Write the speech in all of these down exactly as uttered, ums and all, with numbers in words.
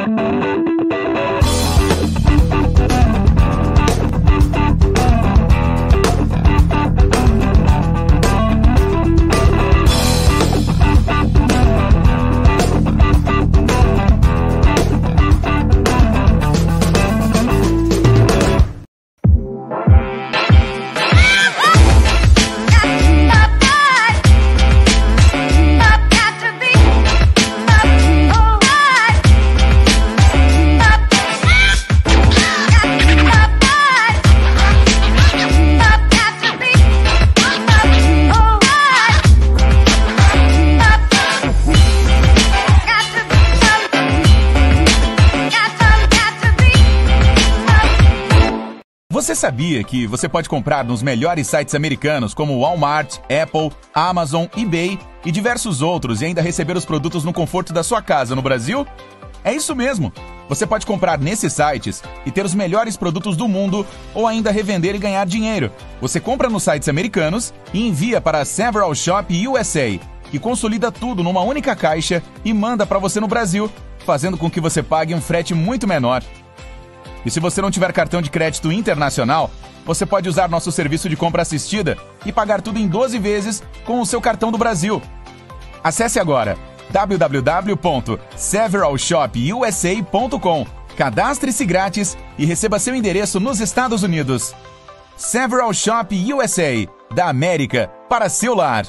Você sabia que você pode comprar nos melhores sites americanos como Walmart, Apple, Amazon, eBay e diversos outros e ainda receber os produtos no conforto da sua casa no Brasil? É isso mesmo! Você pode comprar nesses sites e ter os melhores produtos do mundo ou ainda revender e ganhar dinheiro. Você compra nos sites americanos e envia para a Several Shop U S A, que consolida tudo numa única caixa e manda para você no Brasil, fazendo com que você pague um frete muito menor. E se você não tiver cartão de crédito internacional, você pode usar nosso serviço de compra assistida e pagar tudo em doze vezes com o seu cartão do Brasil. Acesse agora w w w ponto several shop u s a ponto com, cadastre-se grátis e receba seu endereço nos Estados Unidos. Several Shop U S A, da América para seu lar.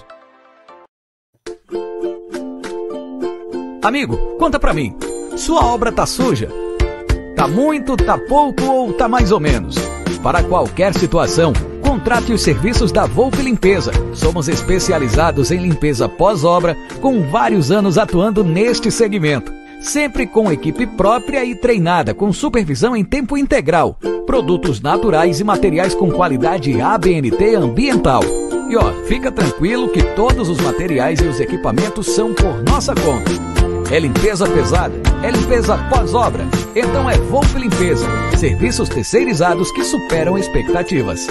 Amigo, conta pra mim, sua obra tá suja? Tá muito, tá pouco ou tá mais ou menos? Para qualquer situação, contrate os serviços da Volpe Limpeza. Somos especializados em limpeza pós-obra, com vários anos atuando neste segmento. Sempre com equipe própria e treinada, com supervisão em tempo integral. Produtos naturais e materiais com qualidade A B N T ambiental. E ó, fica tranquilo que todos os materiais e os equipamentos são por nossa conta. É limpeza pesada, é limpeza pós-obra. Então é Volpe Limpeza. Serviços terceirizados que superam expectativas.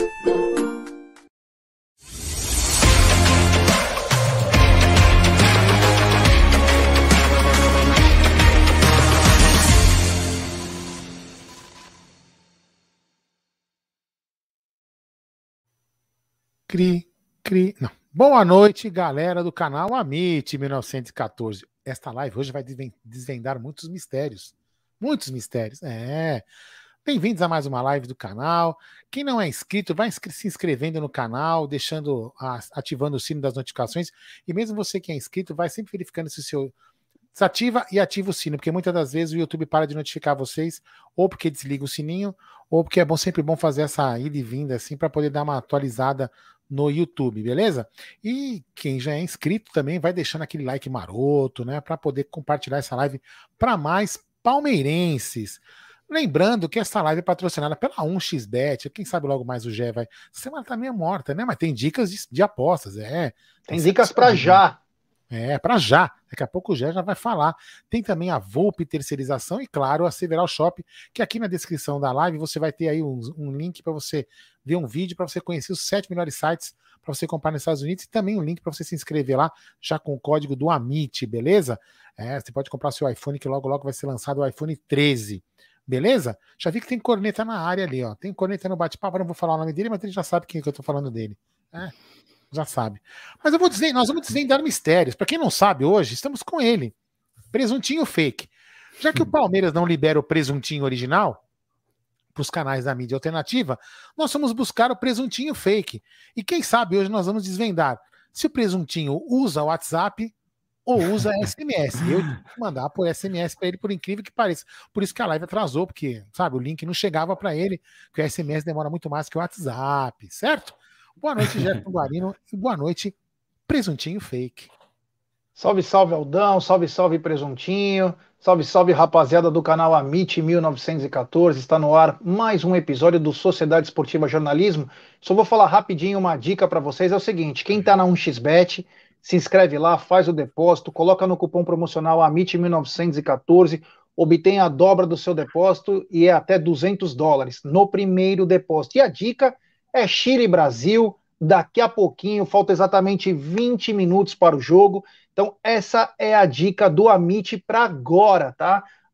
Cri, cri, não. Boa noite, galera do canal Amit mil novecentos e catorze. Esta live hoje vai desvendar muitos mistérios. Muitos mistérios. É. Bem-vindos a mais uma live do canal. Quem não é inscrito, vai se inscrevendo no canal, deixando, ativando o sino das notificações. E mesmo você que é inscrito, vai sempre verificando se o seu desativa e ativa o sino, porque muitas das vezes o YouTube para de notificar vocês, ou porque desliga o sininho, ou porque é bom, sempre bom fazer essa ida e vinda assim para poder dar uma atualizada no YouTube, beleza? E quem já é inscrito também vai deixando aquele like maroto, né, para poder compartilhar essa live para mais palmeirenses. Lembrando que essa live é patrocinada pela um x bet, quem sabe logo mais o Gé vai... Essa semana tá meio morta, né? Mas tem dicas de, de apostas, é. Tem, tem dicas para já. É, para já. Daqui a pouco o Gé já vai falar. Tem também a Volpe Terceirização e, claro, a Several Shop, que aqui na descrição da live você vai ter aí um, um link para você ver um vídeo, para você conhecer os sete melhores sites para você comprar nos Estados Unidos e também um link para você se inscrever lá, já com o código do Amit, beleza? É, você pode comprar seu iPhone, que logo logo vai ser lançado o iPhone treze. Beleza? Já vi que tem corneta na área ali, ó. Tem corneta no bate-papo, não vou falar o nome dele, mas ele já sabe quem que eu tô falando dele. É, já sabe. Mas eu vou dizer, nós vamos desvendar mistérios. Para quem não sabe, hoje estamos com ele. Presuntinho fake. Já que o Palmeiras não libera o presuntinho original para os canais da mídia alternativa, nós vamos buscar o presuntinho fake. E quem sabe hoje nós vamos desvendar se o presuntinho usa o WhatsApp ou usa S M S. Eu tive que mandar por S M S para ele, por incrível que pareça. Por isso que a live atrasou, porque, sabe, o link não chegava para ele, que o S M S demora muito mais que o WhatsApp, certo? Boa noite, Gerson Guarino, e boa noite, Presuntinho Fake. Salve, salve, Aldão, salve, salve, Presuntinho, salve, salve, rapaziada do canal Amit mil novecentos e catorze, está no ar mais um episódio do Sociedade Esportiva Jornalismo. Só vou falar rapidinho uma dica para vocês, é o seguinte, quem tá na um x bet, se inscreve lá, faz o depósito, coloca no cupom promocional Amit mil novecentos e catorze, obtém a dobra do seu depósito e é até duzentos dólares no primeiro depósito. E a dica é Chile e Brasil, daqui a pouquinho, falta exatamente vinte minutos para o jogo. Então essa é a dica do Amit para agora, tá?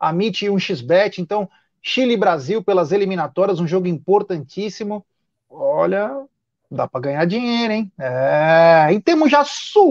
Amit e um xBet. Então, Chile e Brasil pelas eliminatórias, um jogo importantíssimo. Olha, dá para ganhar dinheiro, hein? É, e temos já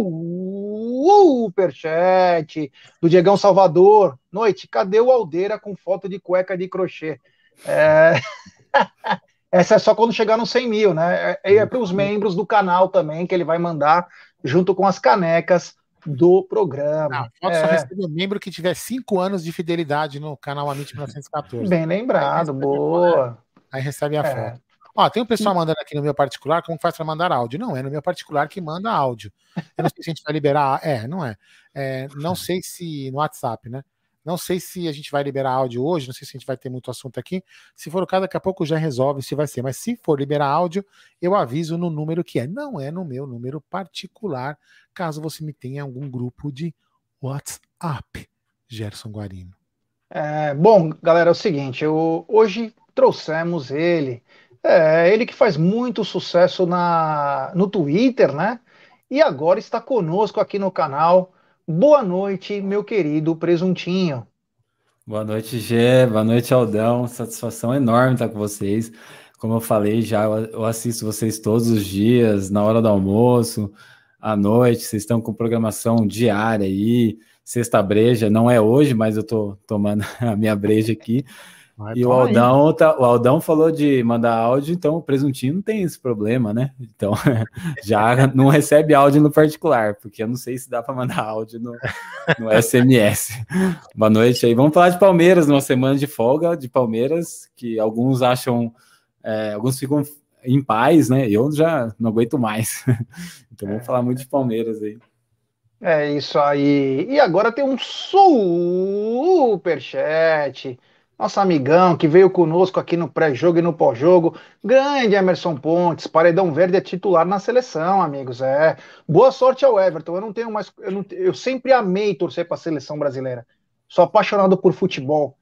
superchat do Diegão Salvador. Noite, cadê o Aldeira com foto de cueca de crochê? É... Essa é só quando chegar nos cem mil, né? É, é para os membros do canal também, que ele vai mandar junto com as canecas do programa. Ah, foto é. só recebe um membro que tiver cinco anos de fidelidade no canal Amit mil novecentos e quatorze. Bem lembrado, aí boa. Aí recebe a é. foto. Ó, tem um pessoal mandando aqui no meu particular, como faz para mandar áudio? Não, é no meu particular que manda áudio. Eu não sei se a gente vai liberar. É, não é. é. Não sei se no WhatsApp, né? Não sei se a gente vai liberar áudio hoje, não sei se a gente vai ter muito assunto aqui. Se for o caso, daqui a pouco já resolve se vai ser. Mas se for liberar áudio, eu aviso no número que é. Não é no meu número particular, caso você me tenha algum grupo de WhatsApp. Gerson Guarino. É, bom, galera, é o seguinte, eu, hoje trouxemos ele. É, ele que faz muito sucesso na, no Twitter, né? E agora está conosco aqui no canal. Boa noite, meu querido Presuntinho. Boa noite, Gê. Boa noite, Aldão. Satisfação enorme estar com vocês. Como eu falei já, eu assisto vocês todos os dias, na hora do almoço, à noite. Vocês estão com programação diária aí. Sexta breja, não é hoje, mas eu tô tomando a minha breja aqui. Vai, e o Aldão, tá, o Aldão falou de mandar áudio, então o Presuntinho não tem esse problema, né? Então já não recebe áudio no particular, porque eu não sei se dá para mandar áudio no, no S M S. Boa noite aí. Vamos falar de Palmeiras, numa semana de folga de Palmeiras, que alguns acham, é, alguns ficam em paz, né? Eu já não aguento mais. Então vamos é. falar muito de Palmeiras aí. É isso aí. E agora tem um superchat. Nosso amigão que veio conosco aqui no pré-jogo e no pós-jogo. Grande Emerson Pontes. Paredão Verde é titular na seleção, amigos. É. Boa sorte ao Everton. Eu não tenho mais. Eu, não, eu sempre amei torcer para a seleção brasileira. Sou apaixonado por futebol.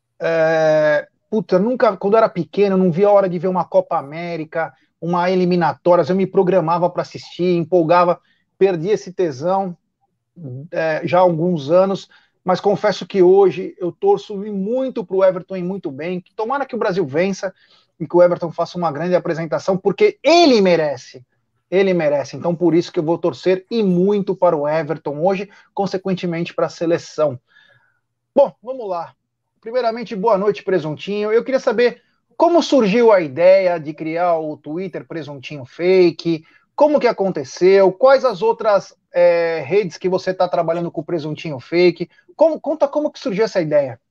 É, puta, nunca, quando eu era pequeno, eu não via a hora de ver uma Copa América, uma eliminatória. Eu me programava para assistir, empolgava, perdi esse tesão. É, já há alguns anos, mas confesso que hoje eu torço muito para o Everton ir muito bem, que tomara que o Brasil vença e que o Everton faça uma grande apresentação, porque ele merece, ele merece, então por isso que eu vou torcer e muito para o Everton hoje, consequentemente para a seleção. Bom, vamos lá. Primeiramente, boa noite, Presuntinho. Eu queria saber como surgiu a ideia de criar o Twitter Presuntinho Fake, como que aconteceu, quais as outras é, redes que você está trabalhando com o Presuntinho Fake, como, conta como que surgiu essa ideia.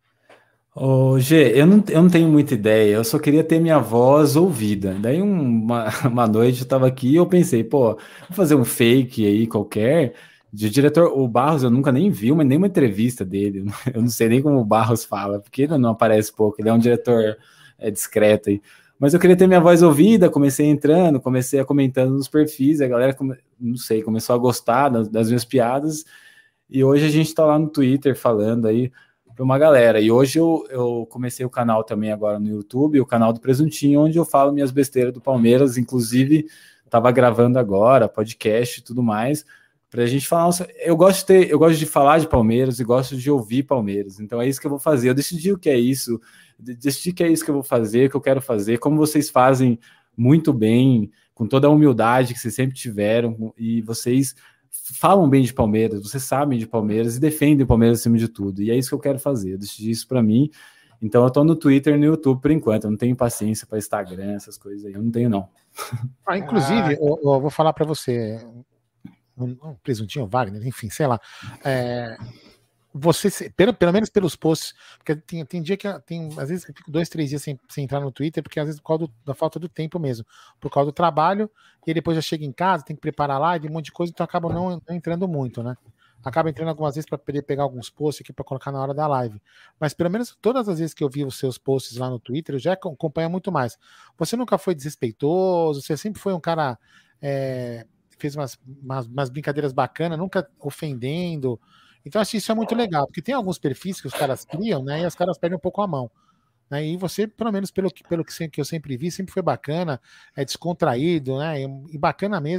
Ô, Gê, eu não, eu não tenho muita ideia, eu só queria ter minha voz ouvida. Daí uma, uma noite eu estava aqui e eu pensei, pô, vou fazer um fake aí qualquer, de diretor, o Barros eu nunca nem vi, mas nem uma entrevista dele, eu não sei nem como o Barros fala, porque ele não aparece pouco, ele é um diretor é, discreto aí. Mas eu queria ter minha voz ouvida, comecei entrando, comecei a comentando nos perfis, a galera, não sei, começou a gostar das, das minhas piadas, e hoje a gente tá lá no Twitter falando aí para uma galera, e hoje eu, eu comecei o canal também agora no YouTube, o canal do Presuntinho, onde eu falo minhas besteiras do Palmeiras, inclusive tava gravando agora, podcast e tudo mais, pra gente falar, nossa, eu gosto de ter, eu gosto de falar de Palmeiras e gosto de ouvir Palmeiras, então é isso que eu vou fazer, eu decidi o que é isso, decidi que é isso que eu vou fazer, que eu quero fazer, como vocês fazem muito bem, com toda a humildade que vocês sempre tiveram, e vocês falam bem de Palmeiras, vocês sabem de Palmeiras e defendem o Palmeiras acima de tudo, e é isso que eu quero fazer, eu decidi isso pra mim, então eu tô no Twitter e no YouTube por enquanto, eu não tenho paciência para Instagram, essas coisas aí, eu não tenho não. Ah, inclusive, ah. Eu, eu vou falar para você, um, um Presuntinho, Wagner, enfim, sei lá, é... Você, pelo, pelo menos pelos posts, porque tem, tem dia que tem, às vezes eu fico dois, três dias sem, sem entrar no Twitter, porque às vezes por causa do, da falta do tempo mesmo, por causa do trabalho, e depois já chega em casa, tem que preparar a live, um monte de coisa, então acaba não, não entrando muito, né? Acaba entrando algumas vezes para poder pegar alguns posts aqui para colocar na hora da live. Mas pelo menos todas as vezes que eu vi os seus posts lá no Twitter, eu já acompanho muito mais. Você nunca foi desrespeitoso, você sempre foi um cara. É, fez umas, umas, umas brincadeiras bacanas, nunca ofendendo. Então, acho que isso é muito legal, porque tem alguns perfis que os caras criam, né? E os caras perdem um pouco a mão. Né, e você, pelo menos pelo, que, pelo que eu sempre vi, sempre foi bacana, é descontraído, né? E, e bacana mesmo.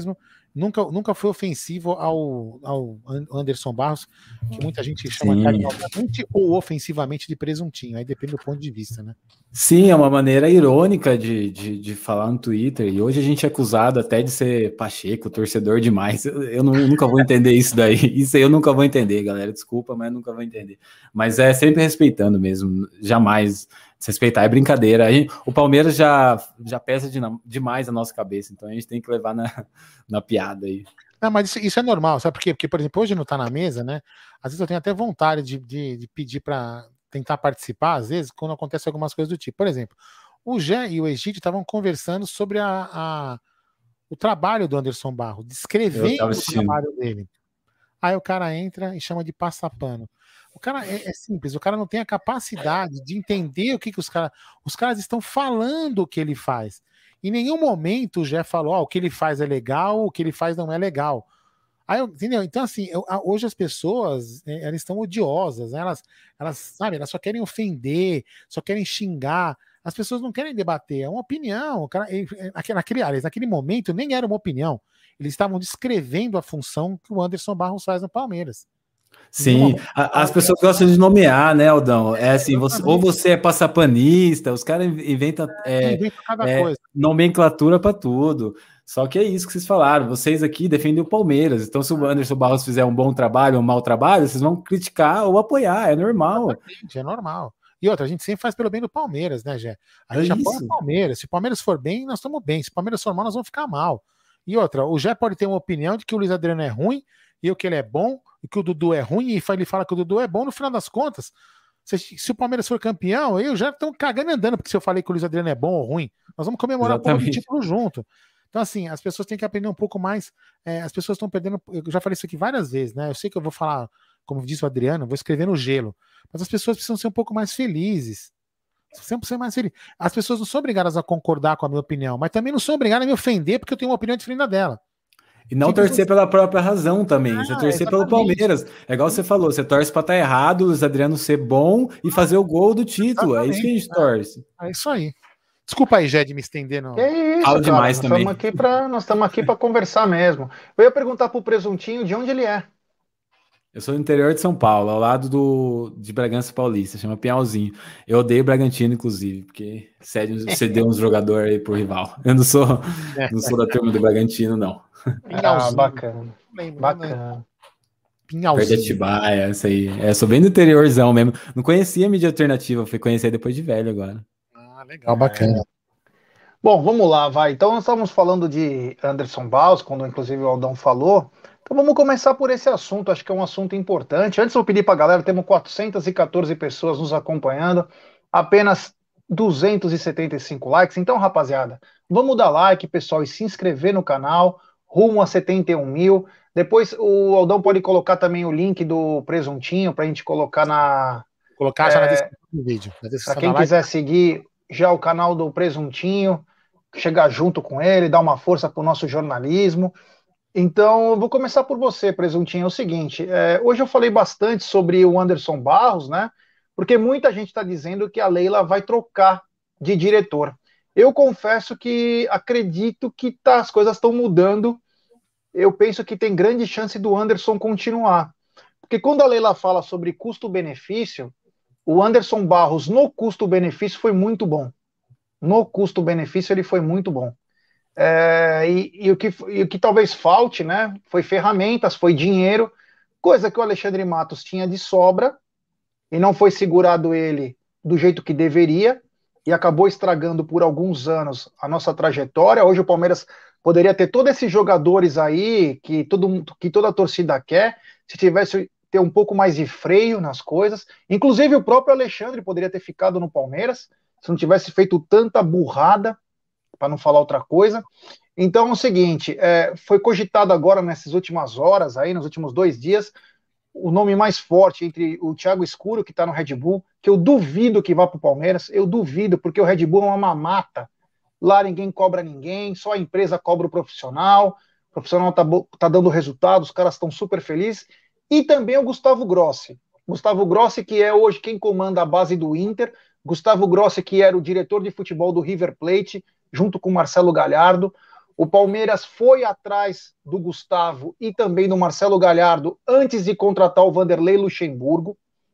nunca, nunca foi ofensivo ao, ao Anderson Barros, que muita gente chama carinhosamente ou ofensivamente de presuntinho, aí depende do ponto de vista, né? Sim, é uma maneira irônica de, de, de falar no Twitter, e hoje a gente é acusado até de ser pacheco, torcedor demais. Eu, eu, não, eu nunca vou entender isso daí, isso aí eu nunca vou entender, galera, desculpa, mas nunca vou entender. Mas é sempre respeitando mesmo, jamais desrespeitar, é brincadeira. A gente, o Palmeiras já, já pesa de, demais a nossa cabeça, então a gente tem que levar na, na piada aí. Não, mas isso, isso é normal, sabe por quê? Porque, por exemplo, hoje não tá na mesa, né? Às vezes eu tenho até vontade de, de, de pedir para tentar participar, às vezes, quando acontece algumas coisas do tipo. Por exemplo, o Gé e o Egídio estavam conversando sobre a, a, o trabalho do Anderson Barros, descrevendo o trabalho dele. Aí o cara entra e chama de passapano. O cara é, é simples, o cara não tem a capacidade de entender o que, que os caras. Os caras estão falando o que ele faz. Em nenhum momento o Gé falou: oh, o que ele faz é legal, o que ele faz não é legal. Aí, entendeu? Então, assim, eu, hoje as pessoas, né, elas estão odiosas, né? elas, elas, sabe, elas só querem ofender, só querem xingar. As pessoas não querem debater, é uma opinião. O cara, naquele, aliás, naquele momento nem era uma opinião. Eles estavam descrevendo a função que o Anderson Barros faz no Palmeiras. Sim, a, as pessoas gostam de nomear, né, Aldão? É assim, você, ou você é passapanista, os caras inventam é, inventa cada é, coisa. Nomenclatura para tudo. Só que é isso que vocês falaram, vocês aqui defendem o Palmeiras, então se o Anderson Barros fizer um bom trabalho ou um mau trabalho, vocês vão criticar ou apoiar, é normal. Exatamente, é normal. E outra, a gente sempre faz pelo bem do Palmeiras, né, Gé? A gente é apoia o Palmeiras. Se o Palmeiras for bem, nós estamos bem. Se o Palmeiras for mal, nós vamos ficar mal. E outra, o Gé pode ter uma opinião de que o Luiz Adriano é ruim, e eu que ele é bom, e que o Dudu é ruim, e ele fala que o Dudu é bom, no final das contas, se, se o Palmeiras for campeão, eu já estou cagando e andando, porque se eu falei que o Luiz Adriano é bom ou ruim, nós vamos comemorar o um título junto. Então, assim, as pessoas têm que aprender um pouco mais. É, as pessoas estão perdendo. Eu já falei isso aqui várias vezes, né? Eu sei que eu vou falar, como disse o Adriano, vou escrever no gelo. Mas as pessoas precisam ser um pouco mais felizes. Sempre ser mais felizes. As pessoas não são obrigadas a concordar com a minha opinião, mas também não são obrigadas a me ofender porque eu tenho uma opinião diferente da dela. E não Simples torcer assim. pela própria razão também. Ah, você torcer exatamente. pelo Palmeiras. É igual você falou, você torce para estar errado, o Luiz Adriano ser bom e fazer o gol do título. Exatamente. É isso que a gente torce. É, é isso aí. Desculpa aí, Jé, de me estender. Não. Que isso, Falo cara. demais Nós também. estamos aqui para nós estamos aqui para conversar mesmo. Eu ia perguntar pro Presuntinho de onde ele é. Eu sou do interior de São Paulo, ao lado do, de Bragança Paulista, chama Pinhalzinho. Eu odeio Bragantino, inclusive, porque cede, cedeu uns jogadores aí pro rival. Eu não sou, não sou da turma do Bragantino, não. Ah, bacana. Bacana. Perde a Tibaia, essa aí. É, sou bem do interiorzão mesmo. Não conhecia a mídia alternativa, fui conhecer depois de velho agora. Ah, legal, bacana. Bom, vamos lá, vai. Então nós estávamos falando de Anderson Barros, quando inclusive o Aldão falou. Então vamos começar por esse assunto, acho que é um assunto importante. Antes eu pedi para a galera, temos quatrocentas e quatorze pessoas nos acompanhando, apenas duzentos e setenta e cinco likes. Então, rapaziada, vamos dar like, pessoal, e se inscrever no canal, rumo a setenta e um mil. Depois o Aldão pode colocar também o link do Presuntinho para a gente colocar na... Colocar já é, na descrição do vídeo. Para quem quiser seguir já o canal do Presuntinho, chegar junto com ele, dar uma força para o nosso jornalismo. Então, eu vou começar por você, Presuntinho. É o seguinte, é, hoje eu falei bastante sobre o Anderson Barros, né? Porque muita gente está dizendo que a Leila vai trocar de diretor. Eu confesso que acredito que tá, as coisas estão mudando. Eu penso que tem grande chance do Anderson continuar. Porque quando a Leila fala sobre custo-benefício, o Anderson Barros no custo-benefício foi muito bom. No custo-benefício ele foi muito bom. É, e, e, o que, e o que talvez falte, né, foi ferramentas, foi dinheiro, coisa que o Alexandre Matos tinha de sobra e não foi segurado ele do jeito que deveria e acabou estragando por alguns anos a nossa trajetória. Hoje o Palmeiras poderia ter todos esses jogadores aí que, todo, que toda a torcida quer, se tivesse ter um pouco mais de freio nas coisas. Inclusive o próprio Alexandre poderia ter ficado no Palmeiras se não tivesse feito tanta burrada, para não falar outra coisa. Então é o seguinte, é, foi cogitado agora nessas últimas horas, aí, nos últimos dois dias, o nome mais forte entre o Thiago Escuro, que está no Red Bull, que eu duvido que vá para o Palmeiras, eu duvido, porque o Red Bull é uma mamata. Lá ninguém cobra ninguém, só a empresa cobra o profissional, o profissional está tá dando resultado, os caras estão super felizes. E também o Gustavo Grossi. Gustavo Grossi, que é hoje quem comanda a base do Inter, Gustavo Grossi, que era o diretor de futebol do River Plate, junto com o Marcelo Galhardo. O Palmeiras foi atrás do Gustavo e também do Marcelo Galhardo antes de contratar o Vanderlei Luxemburgo.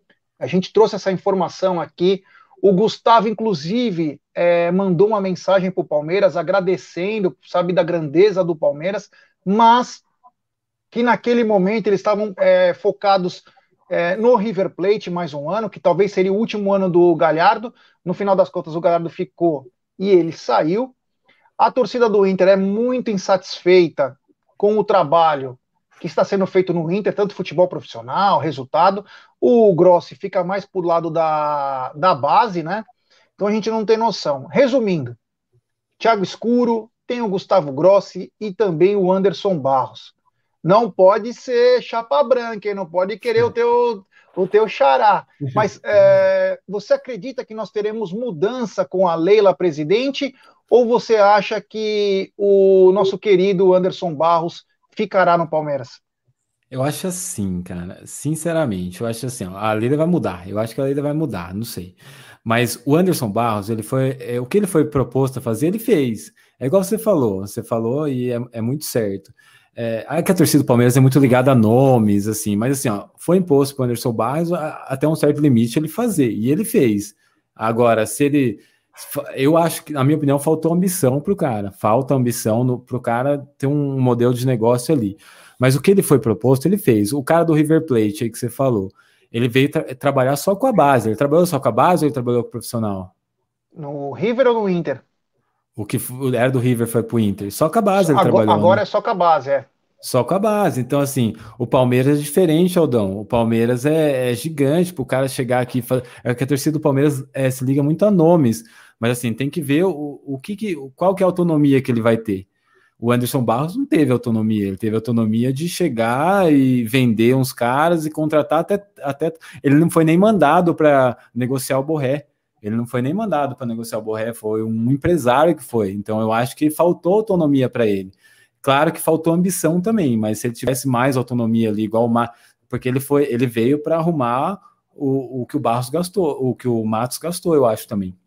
A gente trouxe essa informação aqui. O Gustavo, inclusive, é, mandou uma mensagem para o Palmeiras agradecendo, sabe, da grandeza do Palmeiras, mas que naquele momento eles estavam é, focados é, no River Plate mais um ano, que talvez seria o último ano do Galhardo. No final das contas, o Galhardo ficou e ele saiu. A torcida do Inter é muito insatisfeita com o trabalho que está sendo feito no Inter, tanto futebol profissional, resultado. O Grossi fica mais por lado da, da base, né? Então a gente não tem noção. Resumindo, Thiago Escuro, tem o Gustavo Grossi e também o Anderson Barros. Não pode ser chapa branca, hein? Não pode querer o teu, o teu xará. Mas é, você acredita que nós teremos mudança com a Leila presidente? Ou você acha que o nosso querido Anderson Barros ficará no Palmeiras? Eu acho assim, cara, sinceramente, eu acho assim, ó, a Leila vai mudar, eu acho que a Leila vai mudar, não sei. Mas o Anderson Barros, ele foi, é, o que ele foi proposto a fazer, ele fez. É igual você falou, você falou e é, é muito certo. É, é que a torcida do Palmeiras é muito ligada a nomes, assim, mas assim, ó, foi imposto para o Anderson Barros a, até um certo limite ele fazer, e ele fez. Agora, se ele... Eu acho que, na minha opinião, faltou ambição pro cara. Falta ambição no, pro cara ter um modelo de negócio ali. Mas o que ele foi proposto, ele fez. O cara do River Plate aí que você falou, ele veio tra trabalhar só com a base. Ele trabalhou só com a base ou ele trabalhou com o profissional? No River ou no Inter? O que era do River foi pro Inter. Só com a base ele agora, trabalhou. Agora né? é só com a base, é. Só com a base. Então, assim, o Palmeiras é diferente, Aldão. O Palmeiras é, é gigante para o cara chegar aqui. É que a torcida do Palmeiras é, se liga muito a nomes. Mas, assim, tem que ver o, o que, que qual que é a autonomia que ele vai ter. O Anderson Barros não teve autonomia. Ele teve autonomia de chegar e vender uns caras e contratar até... até ele não foi nem mandado para negociar o Borré. Ele não foi nem mandado para negociar o Borré. Foi um empresário que foi. Então, eu acho que faltou autonomia para ele. Claro que faltou ambição também, mas se ele tivesse mais autonomia ali, igual o Mar... porque ele foi, ele veio para arrumar o, o que o Barros gastou, o que o Matos gastou, eu acho também.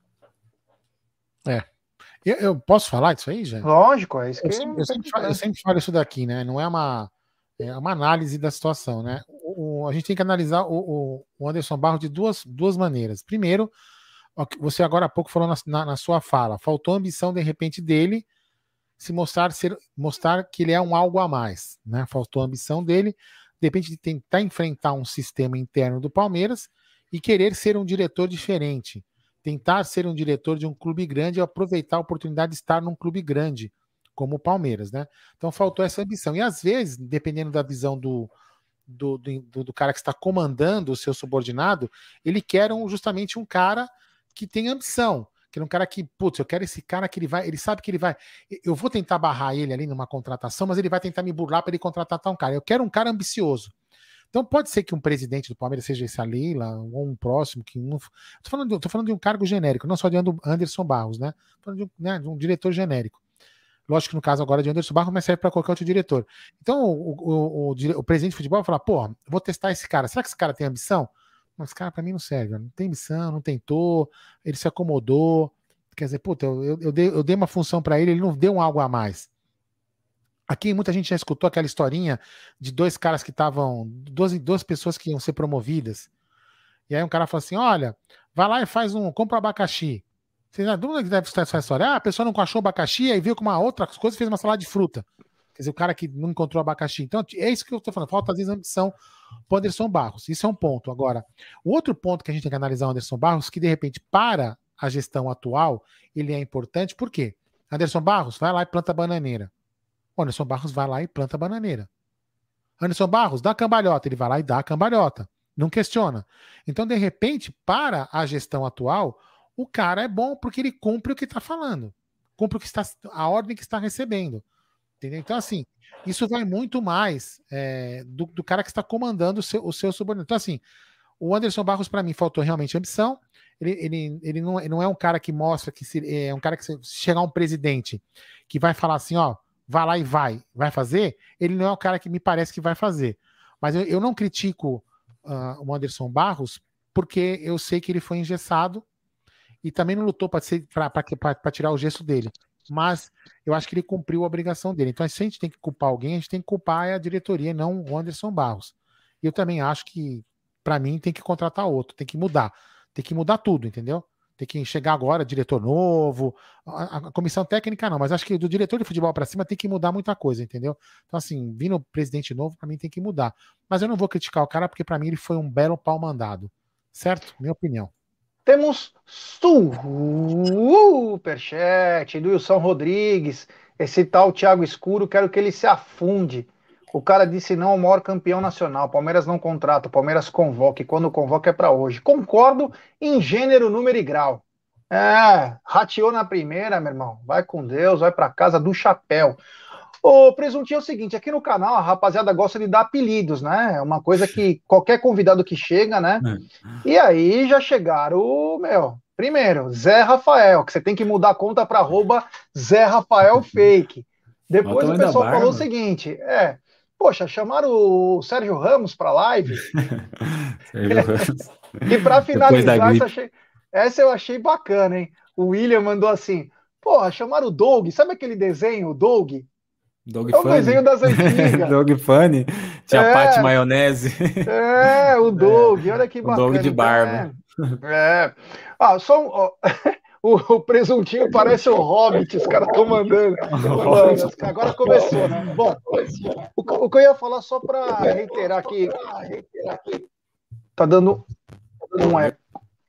É. Eu, eu posso falar disso aí, já? Lógico, é isso que eu sempre, eu, sempre falo, eu sempre falo isso daqui, né? Não é uma, é uma análise da situação, né? O, o, a gente tem que analisar o, o Anderson Barros de duas, duas maneiras. Primeiro, você agora há pouco falou na, na, na sua fala, faltou ambição de repente dele se mostrar, ser, mostrar que ele é um algo a mais, né? Faltou a ambição dele, de repente, de tentar enfrentar um sistema interno do Palmeiras e querer ser um diretor diferente, tentar ser um diretor de um clube grande e aproveitar a oportunidade de estar num clube grande, como o Palmeiras, né? Então faltou essa ambição. E às vezes, dependendo da visão do, do, do, do cara que está comandando o seu subordinado, ele quer um, justamente um cara que tem ambição, que é um cara que, putz, eu quero esse cara que ele vai, ele sabe que ele vai, eu vou tentar barrar ele ali numa contratação, mas ele vai tentar me burlar para ele contratar um cara. Eu quero um cara ambicioso. Então pode ser que um presidente do Palmeiras seja esse ali, lá, ou um próximo, que não. Tô falando, de, tô falando de um cargo genérico, não só de Anderson Barros, né? Tô falando de um, né, de um diretor genérico. Lógico que no caso agora de Anderson Barros, mas serve para qualquer outro diretor. Então o, o, o, o presidente de futebol vai falar, pô, vou testar esse cara. Será que esse cara tem ambição? Mas, cara, pra mim não serve. Não tem missão, não tentou, ele se acomodou. Quer dizer, puta, eu, eu, dei, eu dei uma função para ele, ele não deu um algo a mais. Aqui muita gente já escutou aquela historinha de dois caras que estavam, duas, duas pessoas que iam ser promovidas. E aí um cara fala assim: olha, vai lá e faz um, compra um abacaxi. Vocês não deve estar essa história. Ah, a pessoa não achou abacaxi, aí veio com uma outra coisa e fez uma salada de fruta. Quer dizer, o cara que não encontrou abacaxi. Então, é isso que eu estou falando. Falta, às vezes, ambição para o Anderson Barros. Isso é um ponto. Agora, o outro ponto que a gente tem que analisar o Anderson Barros, que, de repente, para a gestão atual, ele é importante. Por quê? Anderson Barros, vai lá e planta bananeira. O Anderson Barros vai lá e planta bananeira. Anderson Barros, dá cambalhota. Ele vai lá e dá cambalhota. Não questiona. Então, de repente, para a gestão atual, o cara é bom porque ele cumpre o que está falando. Cumpre o que está, a ordem que está recebendo. Entendeu? Então, assim, isso vai muito mais é, do, do cara que está comandando o seu, o seu subordinado. Então, assim, o Anderson Barros, para mim, faltou realmente ambição. Ele, ele, ele, não, ele não é um cara que mostra que se, é um cara que se chegar um presidente que vai falar assim, ó, vai lá e vai, vai fazer, ele não é o cara que me parece que vai fazer. Mas eu, eu não critico uh, o Anderson Barros porque eu sei que ele foi engessado e também não lutou para tirar o gesso dele. mas eu acho que ele cumpriu a obrigação dele. Então, se a gente tem que culpar alguém, a gente tem que culpar a diretoria, não o Anderson Barros. E eu também acho que, para mim, tem que contratar outro, tem que mudar. Tem que mudar tudo, entendeu? Tem que chegar agora, diretor novo, a, a comissão técnica não, mas acho que do diretor de futebol para cima tem que mudar muita coisa, entendeu? Então, assim, vindo presidente novo, para mim tem que mudar. Mas eu não vou criticar o cara, porque para mim ele foi um belo pau mandado. Certo? Minha opinião. Temos superchat do Wilson Rodrigues. Esse tal Thiago Escuro, quero que ele se afunde. O cara disse não ao maior campeão nacional. Palmeiras não contrata, Palmeiras convoca. E quando convoca é para hoje. Concordo em gênero, número e grau. É, rateou na primeira, meu irmão. Vai com Deus, vai para casa do chapéu. Ô, Presuntinho, é o seguinte, aqui no canal a rapaziada gosta de dar apelidos, né? É uma coisa que qualquer convidado que chega, né? E aí já chegaram, meu, primeiro, Zé Rafael, que você tem que mudar a conta para arroba Zé Rafael Fake. Depois o pessoal falou o seguinte, é, poxa, chamaram o Sérgio Ramos para live. Sérgio Ramos. E para finalizar, essa, achei, essa eu achei bacana, hein? O William mandou assim, porra, chamaram o Doug, sabe aquele desenho, o Doug? Dog é o Funny. desenho das antigas. Dog Funny. Tia é, Pati Maionese. É, o Doug, é, olha que bacana. O Doug de barba. Então, é. é. Ah, só um, ó, o, o Presuntinho parece o Hobbit, os caras estão mandando. Agora começou, né? Bom, o, o que eu ia falar só para reiterar aqui. Tá dando um eco.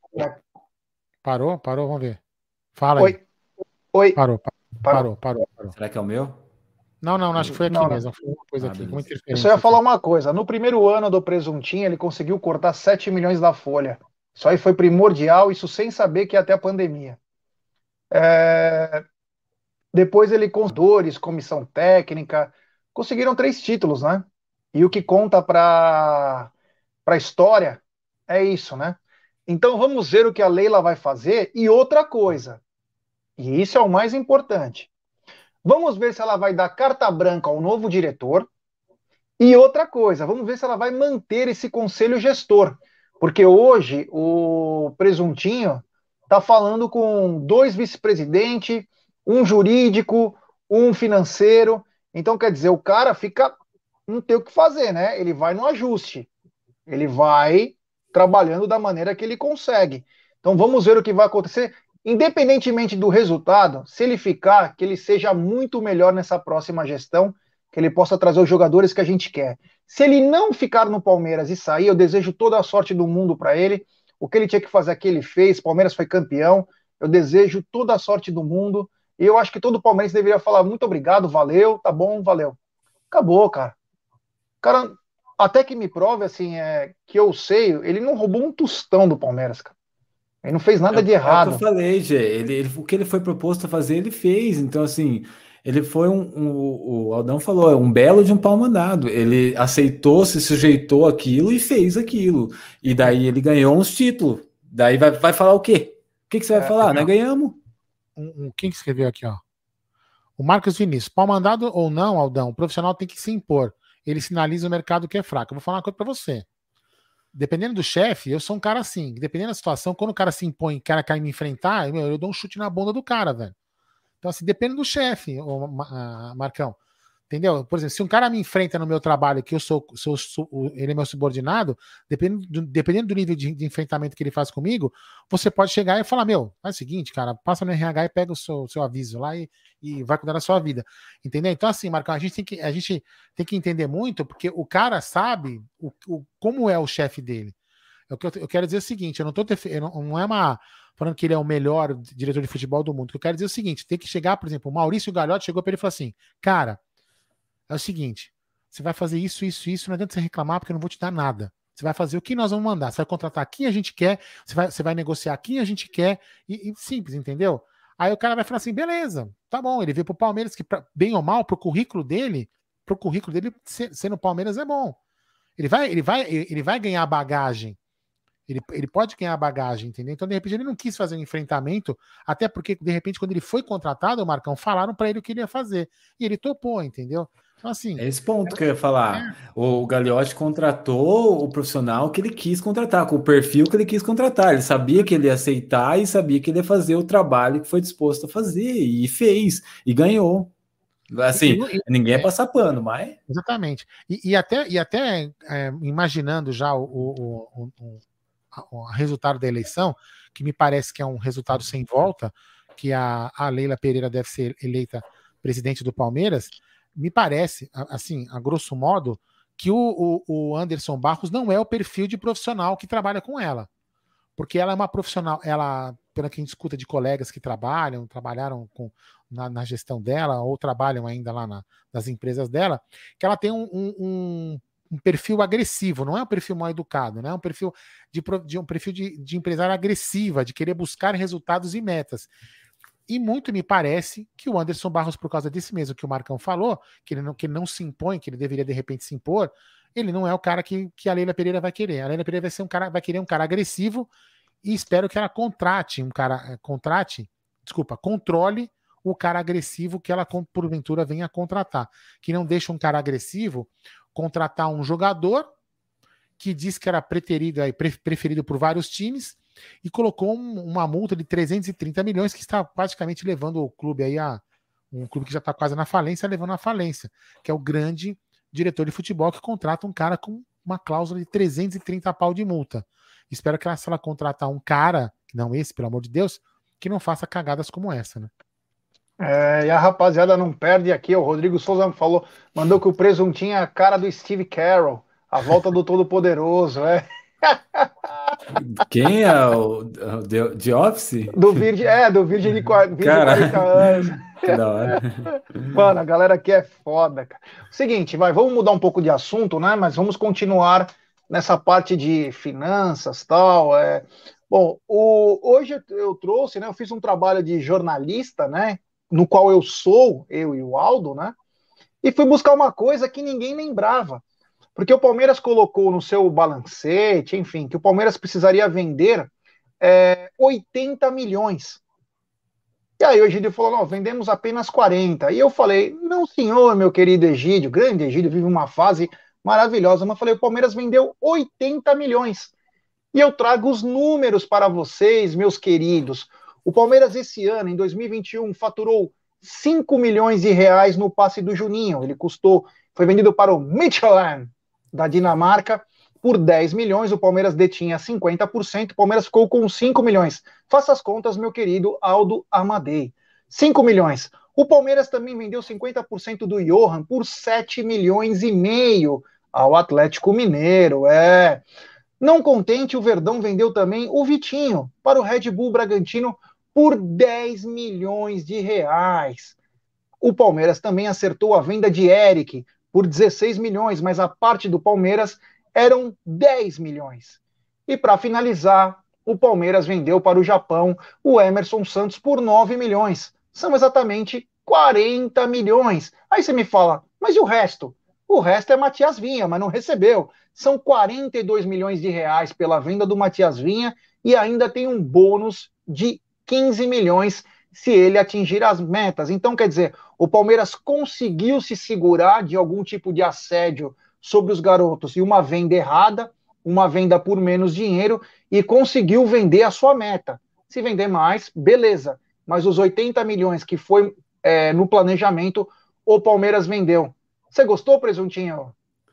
Parou? Parou? Vamos ver. Fala aí. Oi. Oi. Parou, parou, parou, parou, parou. Será que é o meu? Não, não, acho que foi aqui não, mesmo. Foi uma coisa ah, aqui. Uma eu só ia falar uma coisa. No primeiro ano do Presuntinho, ele conseguiu cortar sete milhões da folha. Isso aí foi primordial, isso sem saber que ia até a pandemia. É... Depois ele com dores, comissão técnica, conseguiram três títulos, né? E o que conta para a história é isso, né? Então vamos ver o que a Leila vai fazer. E outra coisa, e isso é o mais importante. Vamos ver se ela vai dar carta branca ao novo diretor. E outra coisa, vamos ver se ela vai manter esse conselho gestor. Porque hoje o Presuntinho está falando com dois vice-presidentes, um jurídico, um financeiro. Então, quer dizer, o cara fica... não tem o que fazer, né? Ele vai no ajuste. Ele vai trabalhando da maneira que ele consegue. Então, vamos ver o que vai acontecer. Independentemente do resultado, se ele ficar, que ele seja muito melhor nessa próxima gestão, que ele possa trazer os jogadores que a gente quer. Se ele não ficar no Palmeiras e sair, eu desejo toda a sorte do mundo para ele. O que ele tinha que fazer aqui, ele fez. Palmeiras foi campeão. Eu desejo toda a sorte do mundo. E eu acho que todo palmeirense deveria falar muito obrigado, valeu, tá bom, valeu. Acabou, cara. O cara, até que me prove, assim, é, que eu sei, ele não roubou um tostão do Palmeiras, cara. Ele não fez nada é, de errado. É o que eu falei, Gê. Ele, ele, o que ele foi proposto a fazer, ele fez. Então, assim, ele foi um, um... O Aldão falou, é um belo de um pau mandado. Ele aceitou, se sujeitou àquilo e fez aquilo. E daí ele ganhou uns títulos. Daí vai, vai falar o quê? O que, que você vai é, falar? Nós ganhamos. Um, um, quem que escreveu aqui, ó? O Marcos Vinícius. Pau mandado ou não, Aldão, o profissional tem que se impor. Ele sinaliza o mercado que é fraco. Eu vou falar uma coisa pra você. Dependendo do chefe, eu sou um cara assim. Dependendo da situação, quando o cara se impõe e o cara cai me enfrentar, eu, eu dou um chute na bunda do cara, velho. Então, assim, depende do chefe, Marcão. Entendeu? Por exemplo, se um cara me enfrenta no meu trabalho, que eu sou, sou, sou ele é meu subordinado, dependendo do, dependendo do nível de, de enfrentamento que ele faz comigo, você pode chegar e falar, meu, é o seguinte, cara, passa no R H e pega o seu, seu aviso lá e, e vai cuidar da sua vida. Entendeu? Então, assim, Marcão, a gente tem que, a gente tem que entender muito, porque o cara sabe o, o, como é o chefe dele. Eu, eu quero dizer o seguinte, eu não tô eu não, não é uma... falando que ele é o melhor diretor de futebol do mundo. Eu quero dizer o seguinte, tem que chegar, por exemplo, o Maurício Gagliotti chegou para ele e falou assim, cara, é o seguinte, você vai fazer isso, isso, isso, não adianta você reclamar porque eu não vou te dar nada. Você vai fazer o que nós vamos mandar, você vai contratar quem a gente quer, você vai, você vai negociar quem a gente quer, e, e simples, entendeu? Aí o cara vai falar assim, beleza, tá bom, ele veio pro Palmeiras, que pra, bem ou mal, pro currículo dele, pro currículo dele ser, ser no Palmeiras é bom. Ele vai, ele vai, ele vai ganhar bagagem. Ele, ele pode ganhar bagagem, entendeu? Então, de repente, ele não quis fazer um enfrentamento, até porque, de repente, quando ele foi contratado, o Marcão, falaram para ele o que ele ia fazer. E ele topou, entendeu? Então, assim... É esse ponto que eu ia falar. O Gagliotti contratou o profissional que ele quis contratar, com o perfil que ele quis contratar. Ele sabia que ele ia aceitar e sabia que ele ia fazer o trabalho que foi disposto a fazer. E fez. E ganhou. Assim, e, e, ninguém é passar pano, mas... Exatamente. E, e até, e até é, imaginando já o, o, o, o, o resultado da eleição, que me parece que é um resultado sem volta, que a, a Leila Pereira deve ser eleita presidente do Palmeiras, me parece, assim, a grosso modo, que o, o, o Anderson Barros não é o perfil de profissional que trabalha com ela. Porque ela é uma profissional, ela, pelo que a gente escuta de colegas que trabalham, trabalharam com, na, na gestão dela, ou trabalham ainda lá na, nas empresas dela, que ela tem um, um, um perfil agressivo, não é um perfil mal educado, né? É um perfil de, de um perfil de, de empresária agressiva, de querer buscar resultados e metas. E muito me parece que o Anderson Barros, por causa desse mesmo que o Marcão falou, que ele não, que ele não se impõe, que ele deveria de repente se impor, ele não é o cara que, que a Leila Pereira vai querer. A Leila Pereira vai ser um cara, vai querer um cara agressivo e espero que ela contrate um cara, contrate, desculpa, controle o cara agressivo que ela porventura venha a contratar. Que não deixa um cara agressivo contratar um jogador que diz que era preterido, preferido por vários times e colocou um, uma multa de trezentos e trinta milhões que está praticamente levando o clube aí a um clube que já está quase na falência, levando à falência, que é o grande diretor de futebol que contrata um cara com uma cláusula de trezentos e trinta pau de multa. Espero que ela, se ela contratar um cara, não esse, pelo amor de Deus, que não faça cagadas como essa, né? É, e a rapaziada não perde aqui, o Rodrigo Souza falou, mandou que o presuntinho é a cara do Steve Carell, a volta do Todo-Poderoso, é. Quem é o The, The Office? Do Virgem, é, do Virgem de quarenta anos. Que da hora. Mano, a galera aqui é foda, cara. Seguinte, vai, vamos mudar um pouco de assunto, né? Mas vamos continuar nessa parte de finanças e tal. É. Bom, o, hoje eu trouxe, né? Eu fiz um trabalho de jornalista, né? No qual eu sou, eu e o Aldo, né? E fui buscar uma coisa que ninguém lembrava. Porque o Palmeiras colocou no seu balancete, enfim, que o Palmeiras precisaria vender é, oitenta milhões. E aí o Egídio falou, não, vendemos apenas quarenta. E eu falei, não senhor, meu querido Egídio, grande Egídio, vive uma fase maravilhosa. Mas eu falei, o Palmeiras vendeu oitenta milhões. E eu trago os números para vocês, meus queridos. O Palmeiras esse ano, em dois mil e vinte e um, faturou cinco milhões de reais no passe do Juninho. Ele custou, foi vendido para o Midtjylland, da Dinamarca, por dez milhões, o Palmeiras detinha cinquenta por cento, o Palmeiras ficou com cinco milhões. Faça as contas, meu querido Aldo Amadei. cinco milhões. O Palmeiras também vendeu cinquenta por cento do Johan por sete milhões e meio ao Atlético Mineiro. É. Não contente, o Verdão vendeu também o Vitinho para o Red Bull Bragantino por dez milhões de reais. O Palmeiras também acertou a venda de Eric por dezesseis milhões, mas a parte do Palmeiras eram dez milhões. E para finalizar, o Palmeiras vendeu para o Japão o Emerson Santos por nove milhões. São exatamente quarenta milhões. Aí você me fala, mas e o resto? O resto é Matias Vinha, mas não recebeu. São quarenta e dois milhões de reais pela venda do Matias Vinha e ainda tem um bônus de quinze milhões se ele atingir as metas. Então, quer dizer, o Palmeiras conseguiu se segurar de algum tipo de assédio sobre os garotos e uma venda errada, uma venda por menos dinheiro e conseguiu vender a sua meta. Se vender mais, beleza. Mas os oitenta milhões que foi é, no planejamento, o Palmeiras vendeu. Você gostou, Presuntinho?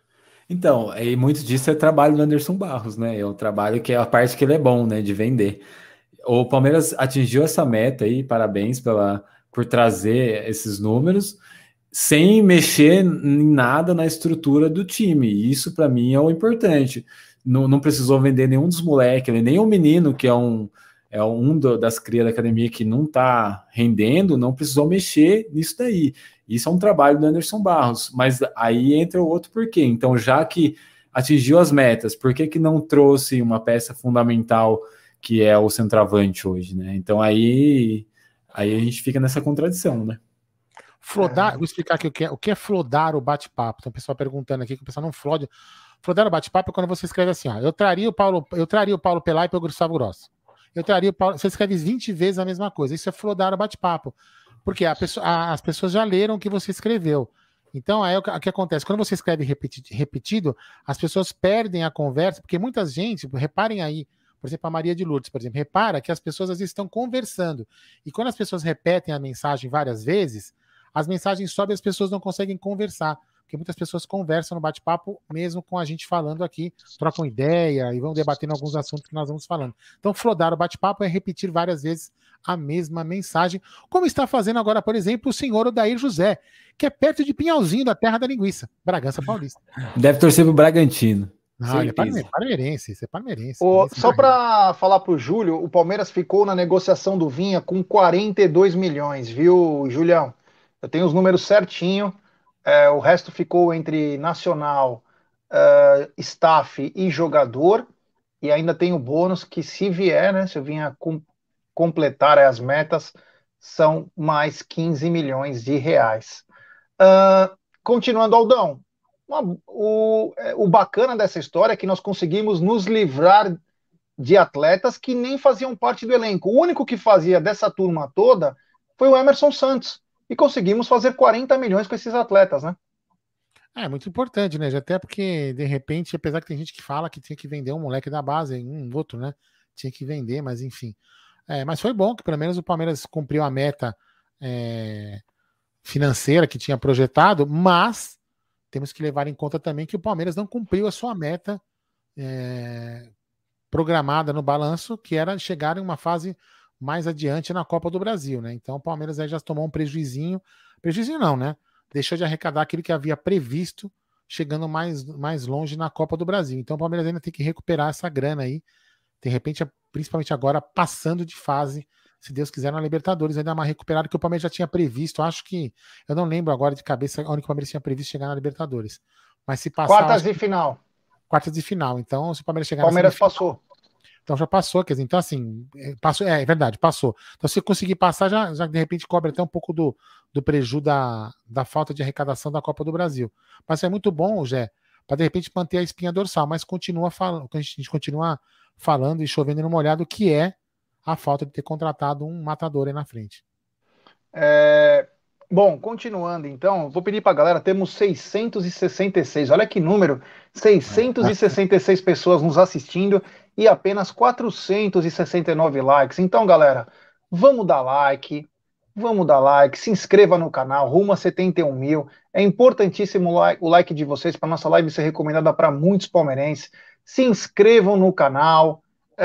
Então, e muito disso é trabalho do Anderson Barros, né? É um trabalho que é a parte que ele é bom, né? De vender. O Palmeiras atingiu essa meta aí, parabéns pela, por trazer esses números, sem mexer em nada na estrutura do time. Isso, para mim, é o importante. Não, não precisou vender nenhum dos moleques, nem o menino, que é um, é um do, das crias da academia que não está rendendo, não precisou mexer nisso daí. Isso é um trabalho do Anderson Barros. Mas aí entra o outro porquê. Então, já que atingiu as metas, por que que não trouxe uma peça fundamental que é o centroavante hoje, né? Então aí, aí a gente fica nessa contradição, né? Flodar, é. Vou explicar aqui o que é, o que é flodar o bate-papo. Tem um pessoal perguntando aqui que o pessoal não flode. Flodar o bate-papo é quando você escreve assim, ó, eu traria o Paulo, eu traria o Paulo Pelai para o Gustavo Grosso. Eu traria o Paulo, você escreve vinte vezes a mesma coisa. Isso é flodar o bate-papo. Porque a pessoa, a, as pessoas já leram o que você escreveu. Então, aí o que, o que acontece? Quando você escreve repetido, repetido, as pessoas perdem a conversa, porque muita gente, reparem aí, por exemplo, a Maria de Lourdes, por exemplo, repara que as pessoas às vezes estão conversando. E quando as pessoas repetem a mensagem várias vezes, as mensagens sobem e as pessoas não conseguem conversar. Porque muitas pessoas conversam no bate-papo, mesmo com a gente falando aqui, trocam ideia e vão debatendo alguns assuntos que nós vamos falando. Então, flodar o bate-papo é repetir várias vezes a mesma mensagem, como está fazendo agora, por exemplo, o senhor Odair José, que é perto de Pinhalzinho, da terra da linguiça, Bragança Paulista. Deve torcer pro Bragantino. Não, ele é palmeirense, isso é palmeirense. O, só para falar pro Júlio, o Palmeiras ficou na negociação do Vinha com quarenta e dois milhões, viu, Julião? Eu tenho os números certinho. É, o resto ficou entre nacional, uh, staff e jogador. E ainda tem o bônus que, se vier, né, se eu vinha com, completar as metas, são mais quinze milhões de reais. Uh, continuando, Aldão, uma, o, o bacana dessa história é que nós conseguimos nos livrar de atletas que nem faziam parte do elenco. O único que fazia dessa turma toda foi o Emerson Santos. E conseguimos fazer quarenta milhões com esses atletas, né? É muito importante, né? Já até porque, de repente, apesar que tem gente que fala que tinha que vender um moleque da base, um outro, né? Tinha que vender, mas enfim. É, mas foi bom que pelo menos o Palmeiras cumpriu a meta é, financeira que tinha projetado, mas temos que levar em conta também que o Palmeiras não cumpriu a sua meta é, programada no balanço, que era chegar em uma fase mais adiante na Copa do Brasil, né? Então o Palmeiras aí já tomou um prejuizinho, prejuizinho não, né? Deixou de arrecadar aquilo que havia previsto, chegando mais, mais longe na Copa do Brasil. Então o Palmeiras ainda tem que recuperar essa grana aí, de repente, principalmente agora, passando de fase, se Deus quiser, na Libertadores, ainda mais recuperado que o Palmeiras já tinha previsto. Acho que, eu não lembro agora de cabeça onde o Palmeiras tinha previsto chegar na Libertadores. Mas se passar... Quartas de final. Quartas de final. Então, se o Palmeiras chegar Palmeiras na passou. Então já passou, quer dizer, então assim, passou, é, é verdade, passou. Então se conseguir passar, já, já de repente cobre até um pouco do, do prejuízo da, da falta de arrecadação da Copa do Brasil. Mas é muito bom, Jé, para de repente manter a espinha dorsal, mas continua falando, a gente continua falando e chovendo no molhado, que é a falta de ter contratado um matador aí na frente. É... Bom, continuando então, vou pedir para a galera, temos seiscentos e sessenta e seis, olha que número, seiscentos e sessenta e seis pessoas nos assistindo e apenas quatrocentos e sessenta e nove likes. Então, galera, vamos dar like, vamos dar like, se inscreva no canal, rumo a setenta e um mil. É importantíssimo o like, o like de vocês para nossa live ser recomendada para muitos palmeirenses. Se inscrevam no canal,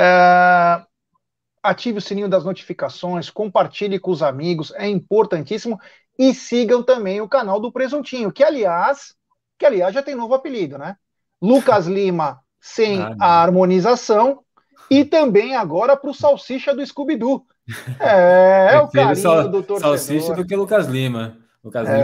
é... ative o sininho das notificações, compartilhe com os amigos, é importantíssimo. E sigam também o canal do Presuntinho, que aliás, que aliás já tem novo apelido, né? Lucas Lima sem ah, a harmonização e também agora para o Salsicha do Scooby-Doo. É, é o carinho sal, do torcedor. Salsicha do que Lucas Lima. Lucas Lima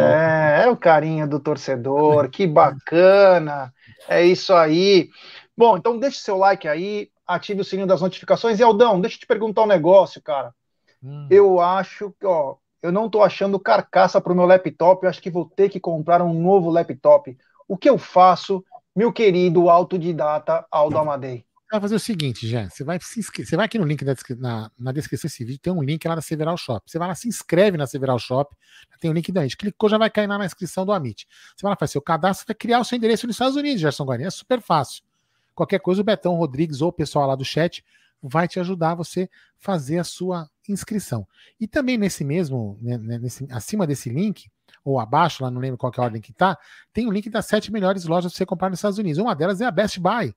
é, é o carinho do torcedor, que bacana. É isso aí. Bom, então deixe seu like aí, ative o sininho das notificações. E Aldão, deixa eu te perguntar um negócio, cara. Hum. Eu acho que, ó, eu não tô achando carcaça pro meu laptop, eu acho que vou ter que comprar um novo laptop. O que eu faço, meu querido autodidata Aldo Amadei? Vai fazer o seguinte, Jé, você vai se inscrever, você vai aqui no link da, na, na descrição desse vídeo, tem um link lá da Several Shop. Você vai lá, se inscreve na Several Shop, tem o link da gente. Clicou, já vai cair lá na inscrição do Amit. Você vai lá, faz seu cadastro, vai criar o seu endereço nos Estados Unidos, Gerson Guarani. É super fácil. Qualquer coisa, o Betão Rodrigues ou o pessoal lá do chat vai te ajudar a você fazer a sua inscrição. E também nesse mesmo, né, nesse, acima desse link, ou abaixo, lá não lembro qual que é a ordem que tá, tem o link das sete melhores lojas para você comprar nos Estados Unidos. Uma delas é a Best Buy.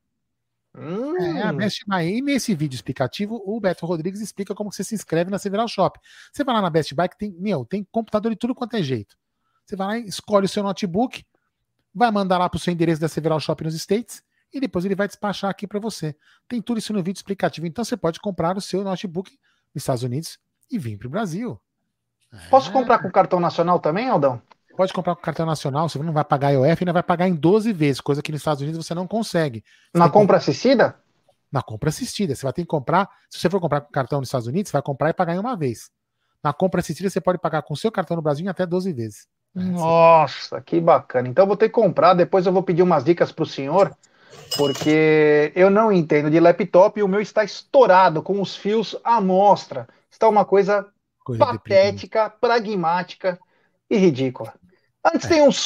Hum. É a Best Buy. E nesse vídeo explicativo, o Beto Rodrigues explica como você se inscreve na Several Shop. Você vai lá na Best Buy, que tem, meu, tem computador de tudo quanto é jeito. Você vai lá, escolhe o seu notebook, vai mandar lá para o seu endereço da Several Shop nos States, e depois ele vai despachar aqui para você. Tem tudo isso no vídeo explicativo. Então você pode comprar o seu notebook nos Estados Unidos e vir para o Brasil. Posso é... comprar com cartão nacional também, Aldão? Pode comprar com cartão nacional, você não vai pagar I O F, ainda vai pagar em doze vezes, coisa que nos Estados Unidos você não consegue. Você Na compra comprar... assistida? Na compra assistida. Você vai ter que comprar, se você for comprar com cartão nos Estados Unidos, você vai comprar e pagar em uma vez. Na compra assistida você pode pagar com o seu cartão no Brasil em até doze vezes. Nossa, que bacana. Então eu vou ter que comprar, depois eu vou pedir umas dicas para o senhor, porque eu não entendo de laptop e o meu está estourado com os fios à mostra. Está uma coisa Coisa de patética, pragmática e ridícula. Antes É. tem um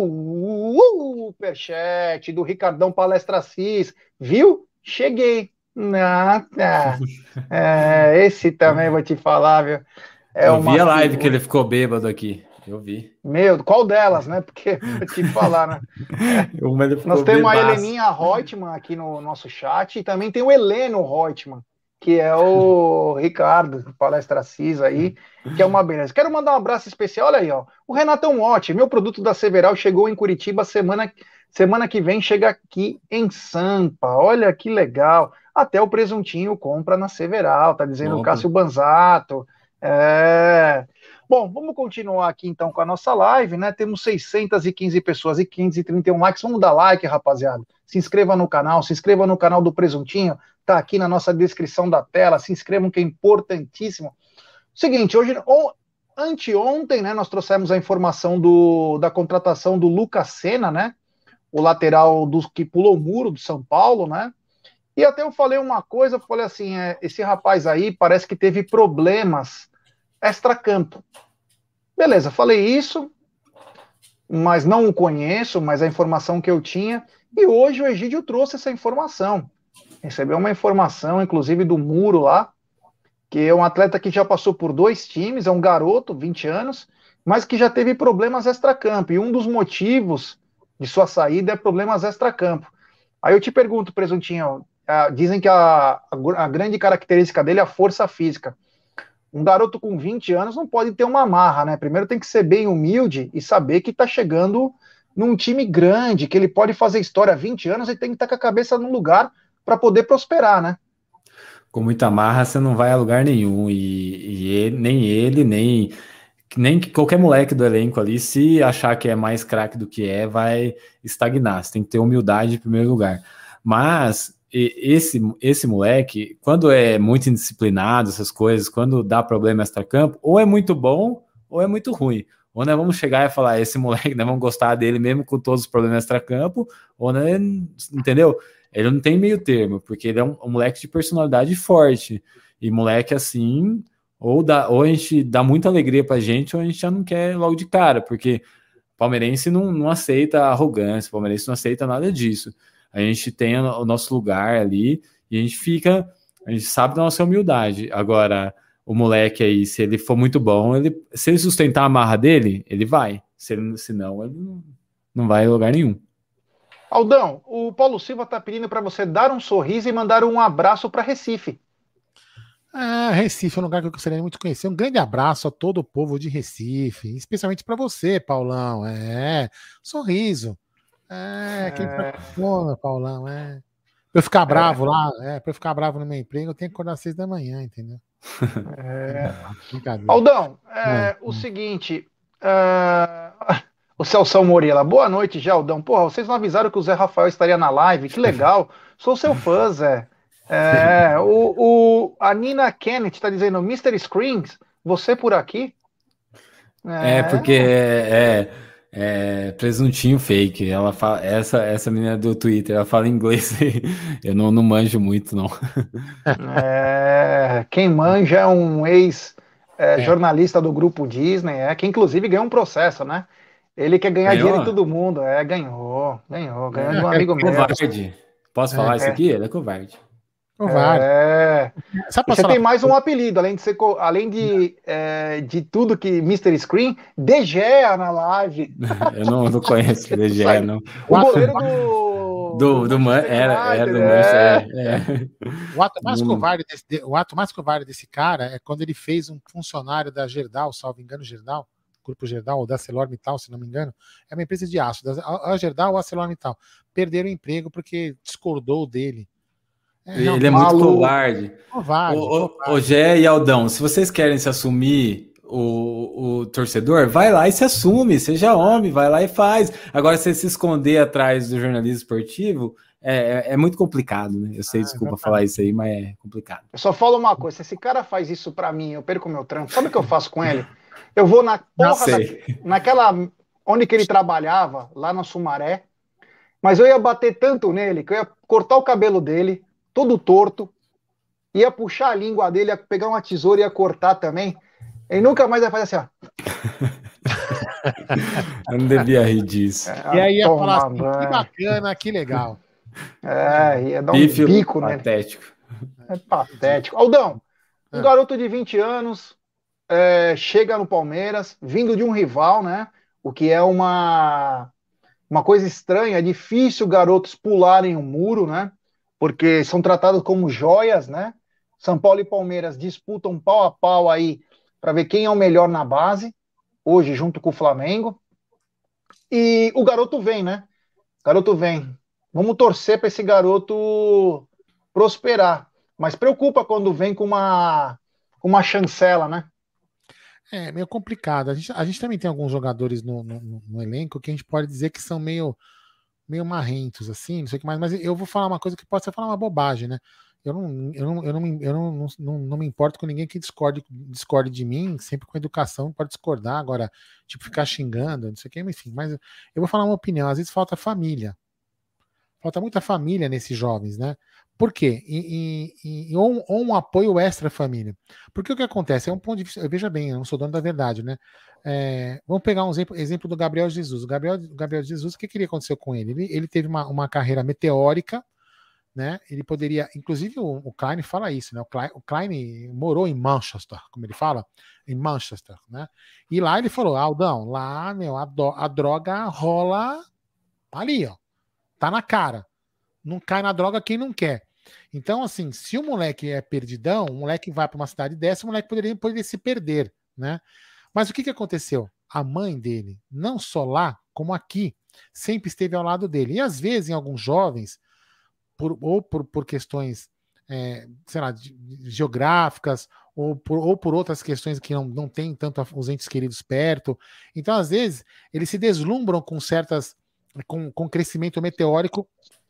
superchat do Ricardão Palestra Cis. Viu? Cheguei. Ah, tá. É, esse também vou te falar, viu? É Eu vi uma a live figura. que ele ficou bêbado aqui. Eu vi. Meu, qual delas, né? Porque vou te falar, né? Uma ele ficou Nós temos a bebaço. Heleninha Reutemann aqui no nosso chat e também tem o Heleno Reutemann, que é o Ricardo, Palestra Cis aí, que é uma beleza. Quero mandar um abraço especial, olha aí, ó. O Renatão Motti, meu produto da Several chegou em Curitiba semana, semana que vem, chega aqui em Sampa. Olha que legal. Até o presuntinho compra na Several, tá dizendo o Compra. Cássio Banzato. É... Bom, vamos continuar aqui então com a nossa live, né? Temos seiscentas e quinze pessoas e quinhentos e trinta e um likes. Vamos dar like, rapaziada. Se inscreva no canal, se inscreva no canal do Presuntinho, tá aqui na nossa descrição da tela. Se inscrevam, que é importantíssimo. Seguinte, hoje, on, anteontem, né, nós trouxemos a informação do, da contratação do Lucas Senna, né? O lateral do, que pulou o muro do São Paulo, né? E até eu falei uma coisa, eu falei assim, é, esse rapaz aí parece que teve problemas extracampo. Beleza, falei isso, mas não o conheço, mas a informação que eu tinha, e hoje o Egídio trouxe essa informação. Recebeu uma informação, inclusive, do Muro lá, que é um atleta que já passou por dois times, é um garoto, vinte anos, mas que já teve problemas extracampo, e um dos motivos de sua saída é problemas extracampo. Aí eu te pergunto, Presuntinho, dizem que a, a grande característica dele é a força física. Um garoto com vinte anos não pode ter uma marra, né? Primeiro tem que ser bem humilde e saber que está chegando num time grande, que ele pode fazer história há vinte anos e tem que estar com a cabeça no lugar para poder prosperar, né? Com muita marra, você não vai a lugar nenhum. E, e ele, nem ele, nem, nem qualquer moleque do elenco ali, se achar que é mais craque do que é, vai estagnar. Você tem que ter humildade em primeiro lugar. Mas esse, esse moleque, quando é muito indisciplinado, essas coisas, quando dá problema extra-campo, ou é muito bom ou é muito ruim. Ou nós vamos chegar e falar, esse moleque, nós vamos gostar dele mesmo com todos os problemas extra-campo, ou não, entendeu? Ele não tem meio termo, porque ele é um, um moleque de personalidade forte, e moleque assim, ou, dá, ou a gente dá muita alegria pra gente, ou a gente já não quer logo de cara, porque palmeirense não, não aceita arrogância, palmeirense não aceita nada disso. A gente tem o nosso lugar ali e a gente fica, a gente sabe da nossa humildade. Agora, o moleque aí, se ele for muito bom, ele, se ele sustentar a marra dele, ele vai. Se, ele, se não, ele não, não vai em lugar nenhum. Aldão, o Paulo Silva está pedindo para você dar um sorriso e mandar um abraço para Recife. Ah, Recife é um lugar que eu gostaria muito de conhecer. Um grande abraço a todo o povo de Recife, especialmente para você, Paulão. É, sorriso. É, quem é... Pô, Paulão, é. Pra eu ficar bravo é. lá, é, pra eu ficar bravo no meu emprego, eu tenho que acordar às seis da manhã, entendeu? É... Aldão, é, é. o seguinte. Uh... O Celso Moreira, boa noite, já, Aldão. Porra, vocês não avisaram que o Zé Rafael estaria na live? Que legal. Sou seu fã, Zé. É, o, o, a Nina Kenneth está dizendo, mister Screens, você por aqui? É, é porque é, é, é presuntinho fake. Ela fala, essa, essa menina do Twitter, ela fala inglês e eu não, não manjo muito, não. É, quem manja é um ex-jornalista é, é. do grupo Disney, é, que inclusive ganhou um processo, né? Ele quer ganhar ganhou? dinheiro em todo mundo. É, ganhou, ganhou, ganhou de um amigo é, meu. Covarde. Posso falar é, isso aqui? Ele é covarde. Covarde. É. Você tem mais um apelido, além de ser, além de, é, de tudo que mister Screen, D G E na live. Eu não, não conheço o D G E, não. O goleiro do. Do, do, do era, era do Manchester. É. É. O ato mais covarde desse, o ato mais covarde desse cara é quando ele fez um funcionário da Gerdau, salvo engano, Gerdau. Grupo Gerdau, ou da ArcelorMittal, se não me engano, é uma empresa de aço, a Gerdau ou a ArcelorMittal, perderam o emprego porque discordou dele. É, ele não, é muito covarde. Covarde, o, covarde. O Gé e Aldão, se vocês querem se assumir o, o torcedor, vai lá e se assume, seja homem, vai lá e faz. Agora, se se esconder atrás do jornalismo esportivo, é, é muito complicado, né? Eu sei, ah, desculpa falar isso aí, mas é complicado. Eu só falo uma coisa, se esse cara faz isso pra mim, eu perco meu trampo, sabe o que eu faço com ele? Eu vou na porra da, naquela onde que ele trabalhava, lá na Sumaré, mas eu ia bater tanto nele que eu ia cortar o cabelo dele, todo torto, ia puxar a língua dele, ia pegar uma tesoura e ia cortar também. Ele nunca mais ia fazer assim, ó. Eu não devia rir disso. E aí ia falar assim, que bacana, que legal. É, ia dar um Pífio bico nele. patético. É patético. Aldão, um Ah. garoto de vinte anos, é, chega no Palmeiras, vindo de um rival, né? O que é uma, uma coisa estranha, é difícil garotos pularem um muro, né? Porque são tratados como joias, né? São Paulo e Palmeiras disputam pau a pau aí para ver quem é o melhor na base, hoje junto com o Flamengo. E o garoto vem, né? O garoto vem. Vamos torcer para esse garoto prosperar. Mas preocupa quando vem com uma, com uma chancela, né? É meio complicado. A gente, a gente também tem alguns jogadores no, no, no elenco que a gente pode dizer que são meio, meio marrentos, assim, não sei o que mais, mas eu vou falar uma coisa que pode ser falar uma bobagem, né? Eu não, eu não, eu não, me- eu não, não, não, não me importo com ninguém que discorde, discorde de mim, sempre com educação, pode discordar, agora, tipo, ficar xingando, não sei o que, enfim, mas eu vou falar uma opinião, às vezes falta família. Falta muita família nesses jovens, né? Por quê? E, e- e- ou, um, ou um apoio extra família. Porque o que acontece? É um ponto de vista. Veja bem, eu não sou dono da verdade, né? É, vamos pegar um exemplo, exemplo do Gabriel Jesus. O Gabriel, o Gabriel Jesus, o que, que aconteceu com ele? Ele, ele teve uma, uma carreira meteórica, né? Ele poderia. Inclusive, o, o Klein fala isso, né? O Klein, o Klein morou em Manchester, como ele fala, em Manchester, né? E lá ele falou: Aldão, lá, meu, a, do- a droga rola ali, ó. Tá na cara. Não cai na droga quem não quer. Então, assim, se o moleque é perdidão, o moleque vai para uma cidade dessa, o moleque poderia, poderia se perder, né? Mas o que, que aconteceu? A mãe dele, não só lá, como aqui, sempre esteve ao lado dele. E às vezes, em alguns jovens, por, ou por, por questões, é, sei lá, de- de- geográficas, ou por, ou por outras questões que não, não tem tanto a- os entes queridos perto. Então, às vezes, eles se deslumbram com certas. Com, com crescimento meteórico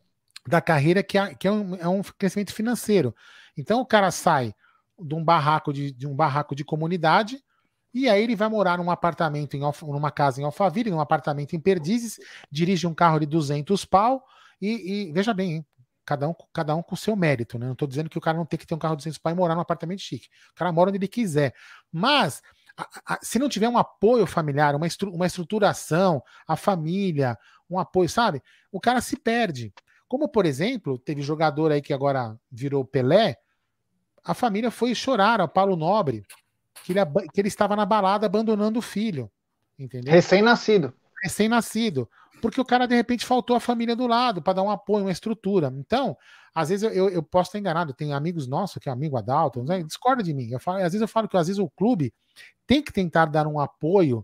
da carreira, que, é, que é, um, é um crescimento financeiro. Então o cara sai de um barraco de, de um barraco de comunidade e aí ele vai morar num apartamento, em, Alf- numa casa em Alphaville, num apartamento em Perdizes, dirige um carro de duzentos pau e, e veja bem, hein, cada um, cada um com o seu mérito, né? Não estou dizendo que o cara não tem que ter um carro de duzentos pau e morar num apartamento chique. O cara mora onde ele quiser. Mas a- a- se não tiver um apoio familiar, uma, estru- uma estruturação, a família, um apoio, sabe? O cara se perde. Como, por exemplo, teve jogador aí que agora virou Pelé, a família foi chorar ao Paulo Nobre, que ele, aba- que ele estava na balada abandonando o filho, entendeu? Recém-nascido. Recém-nascido. Porque o cara, de repente, faltou a família do lado para dar um apoio, uma estrutura. Então, às vezes eu, eu, eu posso estar enganado. Tem amigos nossos, que é amigo Adalto, né, discorda de mim. Eu falo, às vezes eu falo que às vezes o clube tem que tentar dar um apoio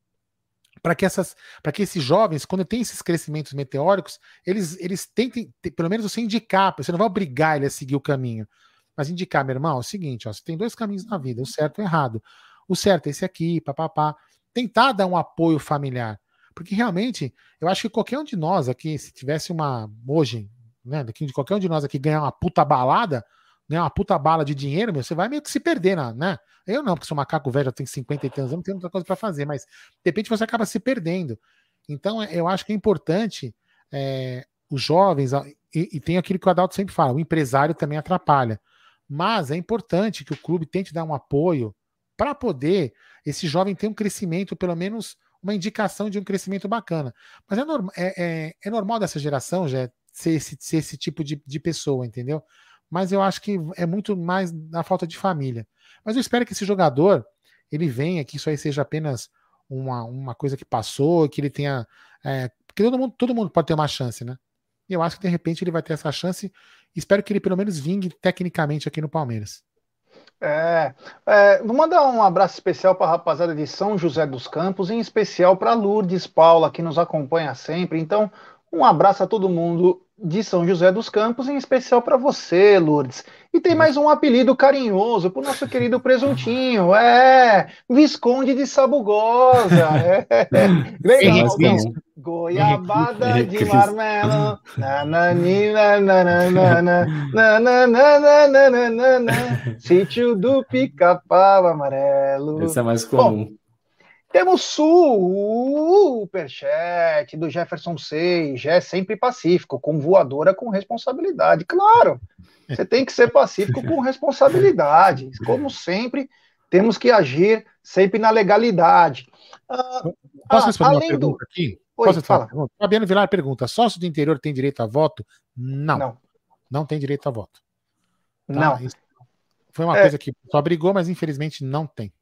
para que essas, para que esses jovens, quando tem esses crescimentos meteóricos, eles, eles tentem, te- pelo menos você indicar, você não vai obrigar ele a seguir o caminho, mas indicar, meu irmão, é o seguinte, ó, você tem dois caminhos na vida, o certo e o errado. O certo é esse aqui, papapá. Tentar dar um apoio familiar. Porque realmente, eu acho que qualquer um de nós aqui, se tivesse uma, hoje, né, daqui de qualquer um de nós aqui ganhar uma puta balada, né, uma puta bala de dinheiro, meu, você vai meio que se perder, na, né? Eu não, porque sou macaco velho, já tenho cinquenta e tantos anos, não tenho muita coisa para fazer, mas de repente você acaba se perdendo. Então, é- eu acho que é importante é, os jovens, a- e, e tem aquilo que o Adalto sempre fala, o empresário também atrapalha. Mas é importante que o clube tente dar um apoio para poder esse jovem ter um crescimento, pelo menos uma indicação de um crescimento bacana. Mas é, norma, é, é, é normal dessa geração, já ser esse, ser esse tipo de, de pessoa, entendeu? Mas eu acho que é muito mais na falta de família. Mas eu espero que esse jogador ele venha, que isso aí seja apenas uma, uma coisa que passou, que ele tenha. É, porque todo mundo, todo mundo pode ter uma chance, né? E eu acho que de repente ele vai ter essa chance. Espero que ele pelo menos vingue tecnicamente aqui no Palmeiras. É, é, vou mandar um abraço especial para a rapaziada de São José dos Campos, em especial para Lourdes Paula, que nos acompanha sempre. Então, um abraço a todo mundo de São José dos Campos, em especial para você, Lourdes. E tem mais um apelido carinhoso para o nosso querido Presuntinho, é Visconde de Sabugosa. É, legal, Henrique então. Cristo. Goiabada Henrique de Cristo. marmelo, nananina, nananana, nananana, sítio do Pica-Pau Amarelo. Esse é mais Bom, comum. Temos superchat do Jefferson seis, já é sempre pacífico, com voadora com responsabilidade. Claro, você tem que ser pacífico com responsabilidade. Como sempre, temos que agir sempre na legalidade. Ah, Posso responder ah, uma pergunta do... aqui? Oi, Posso fala. Pergunta? Fabiano Vilar pergunta, sócio do interior tem direito a voto? Não. Não, não tem direito a voto. Tá? Não. Isso foi uma é... coisa que só brigou, mas infelizmente não tem.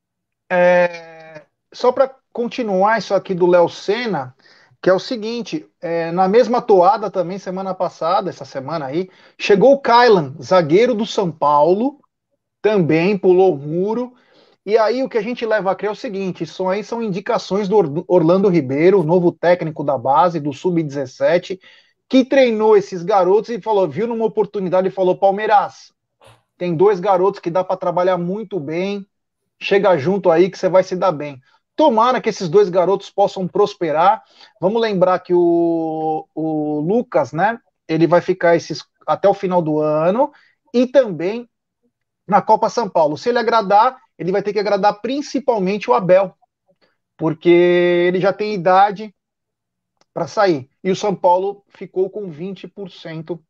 É... Só para continuar isso aqui do Léo Senna, que é o seguinte, é, na mesma toada também, semana passada, essa semana aí, chegou o Kailan, zagueiro do São Paulo, também pulou o muro, e aí o que a gente leva a crer é o seguinte, isso aí são indicações do Orlando Ribeiro, novo técnico da base, do sub dezessete, que treinou esses garotos e falou, viu numa oportunidade e falou, Palmeiras, tem dois garotos que dá para trabalhar muito bem, chega junto aí que você vai se dar bem. Tomara que esses dois garotos possam prosperar. Vamos lembrar que o, o Lucas, né, ele vai ficar esses, até o final do ano, e também na Copa São Paulo. Se ele agradar, ele vai ter que agradar principalmente o Abel, porque ele já tem idade para sair. E o São Paulo ficou com vinte por cento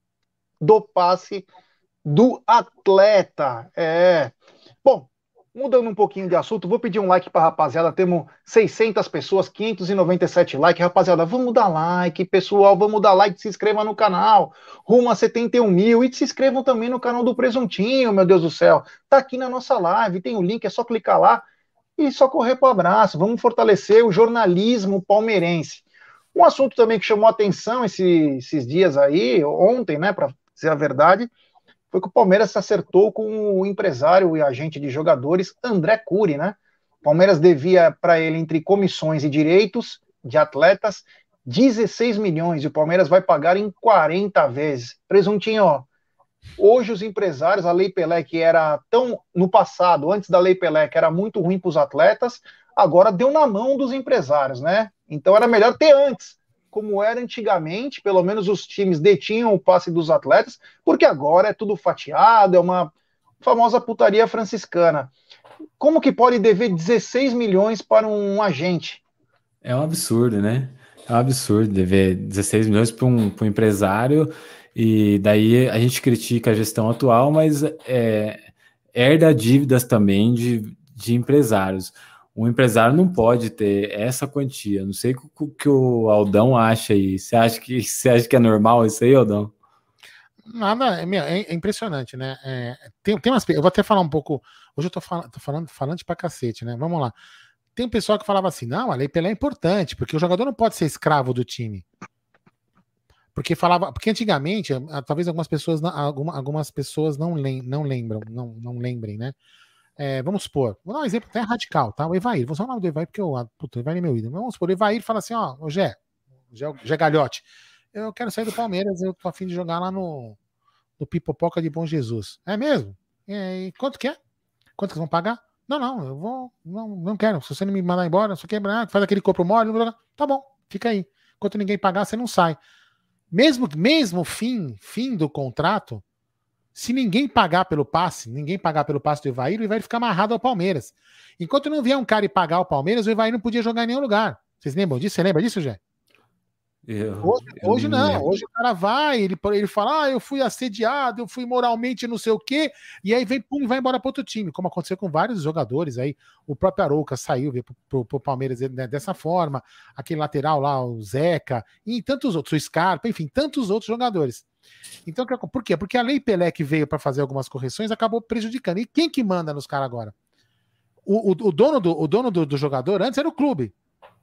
do passe do atleta. É. Bom, mudando um pouquinho de assunto, vou pedir um like para a rapaziada. Temos seiscentas pessoas, quinhentos e noventa e sete likes. Rapaziada, vamos dar like, pessoal. Vamos dar like, se inscreva no canal. Rumo a setenta e um mil. E se inscrevam também no canal do Presuntinho, meu Deus do céu. Tá aqui na nossa live, tem o link, é só clicar lá e só correr para o abraço. Vamos fortalecer o jornalismo palmeirense. Um assunto também que chamou a atenção esses, esses dias aí, ontem, né, para dizer a verdade, foi que o Palmeiras se acertou com o empresário e agente de jogadores André Cury, né? O Palmeiras devia para ele, entre comissões e direitos de atletas, dezesseis milhões, e o Palmeiras vai pagar em quarenta vezes. Presuntinho, ó, hoje os empresários, a Lei Pelé, que era tão, no passado, antes da Lei Pelé, que era muito ruim para os atletas, agora deu na mão dos empresários, né? Então era melhor ter antes, como era antigamente, pelo menos os times detinham o passe dos atletas, porque agora é tudo fatiado, é uma famosa putaria franciscana. Como que pode dever dezesseis milhões para um agente? É um absurdo, né? É um absurdo dever dezesseis milhões para um, para um empresário, e daí a gente critica a gestão atual, mas é, herda dívidas também de, de empresários. Um empresário não pode ter essa quantia. Não sei o que o Aldão acha aí. Você acha que, você acha que é normal isso aí, Aldão? Nada, é, é impressionante, né? É, tem, tem umas, eu vou até falar um pouco. Hoje eu tô, fal, tô falando, falando pra cacete, né? Vamos lá. Tem um pessoal que falava assim: não, a Lei Pelé é importante, porque o jogador não pode ser escravo do time. Porque falava, porque antigamente, talvez algumas pessoas, alguma, algumas pessoas não, lem, não lembram, não, não lembrem, né? É, vamos supor, vou dar um exemplo até radical, tá? O Evair, vou usar o nome do Evair porque eu, puta, o Evair é meu ídolo. Vamos supor, o Evair fala assim: ó, o Gé, Gé Galhote, eu quero sair do Palmeiras, eu tô a fim de jogar lá no, no Pipopoca de Bom Jesus. É mesmo? É, e quanto que é? Quanto que vão pagar? Não, não, eu vou, não, não quero. Se você não me mandar embora, só quebrar, faz aquele corpo mole, tá bom, fica aí. Enquanto ninguém pagar, você não sai. Mesmo, mesmo fim, fim do contrato, se ninguém pagar pelo passe, ninguém pagar pelo passe do Evair, o Evair fica amarrado ao Palmeiras. Enquanto não vier um cara e pagar o Palmeiras, o Evair não podia jogar em nenhum lugar. Vocês lembram disso? Você lembra disso, Jé? Eu, hoje eu hoje não, lembro. Hoje o cara vai, ele, ele fala, ah, eu fui assediado, eu fui moralmente não sei o quê, e aí vem, pum, e vai embora para outro time, como aconteceu com vários jogadores aí, o próprio Arouca saiu, veio pro, pro, pro Palmeiras, né, dessa forma, aquele lateral lá, o Zeca, e tantos outros, o Scarpa, enfim, tantos outros jogadores. Então, por quê? Porque a Lei Pelé que veio para fazer algumas correções acabou prejudicando. E quem que manda nos caras agora? O, o, o dono, do, o dono do, do jogador antes era o clube,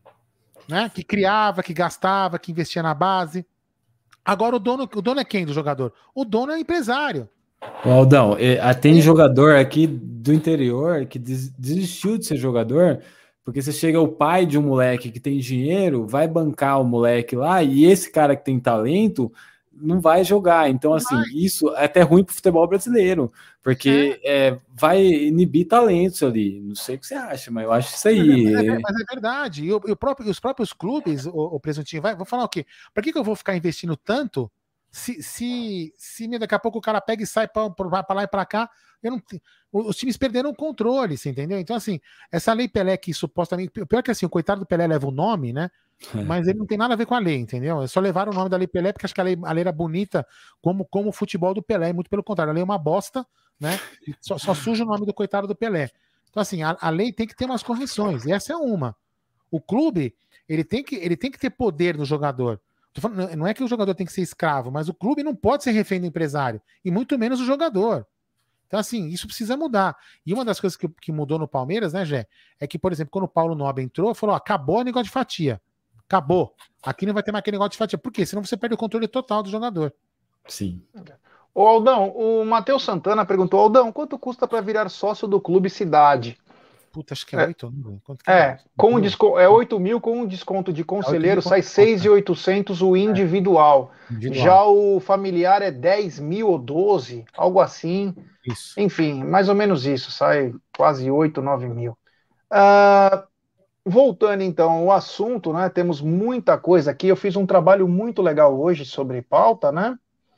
né? Que criava, que gastava, que investia na base. Agora o dono, o dono é quem do jogador? O dono é o empresário. O Aldão, tem jogador aqui do interior que desistiu de ser jogador, porque você chega o pai de um moleque que tem dinheiro, vai bancar o moleque lá, e esse cara que tem talento não vai jogar. Então, assim, vai. Isso é até ruim pro futebol brasileiro, porque é. É, vai inibir talentos ali. Não sei o que você acha, mas eu acho isso aí. Mas é, mas é verdade. E, o, e o próprio, os próprios clubes, o, o Presuntinho, vai, vou falar o quê? Para que, que eu vou ficar investindo tanto se, se, se daqui a pouco o cara pega e sai para lá e para cá, eu não, os times perderam o controle, você entendeu? Então, assim, essa lei Pelé que supostamente. Pior que assim, o coitado do Pelé leva o nome, né? Mas ele não tem nada a ver com a lei, entendeu? É só levar o nome da Lei Pelé, porque acho que a lei, a lei era bonita como, como o futebol do Pelé, muito pelo contrário, a lei é uma bosta, né? E só, só suja o nome do coitado do Pelé. Então, assim, a, a lei tem que ter umas correções, e essa é uma. O clube, ele tem que, ele tem que ter poder no jogador. Tô falando, não é que o jogador tem que ser escravo, mas o clube não pode ser refém do empresário, e muito menos o jogador. Então, assim, isso precisa mudar. E uma das coisas que, que mudou no Palmeiras, né, Gé, é que, por exemplo, quando o Paulo Nobre entrou, falou, ó, acabou o negócio de fatia. Acabou. Aqui não vai ter mais aquele negócio de fatia. Por quê? Senão você perde o controle total do jogador. Sim. Ô Aldão, o Matheus Santana perguntou, Aldão, quanto custa para virar sócio do Clube Cidade? Puta, acho que é oito. É, é, com um desconto, é oito mil com um desconto de conselheiro, sai seis mil e oitocentos o individual. É, individual. Já o familiar é dez mil ou doze, algo assim. Isso. Enfim, mais ou menos isso, sai quase oito, nove mil. Uh, voltando então ao assunto, né? Temos muita coisa aqui. Eu fiz um trabalho muito legal hoje sobre pauta, né?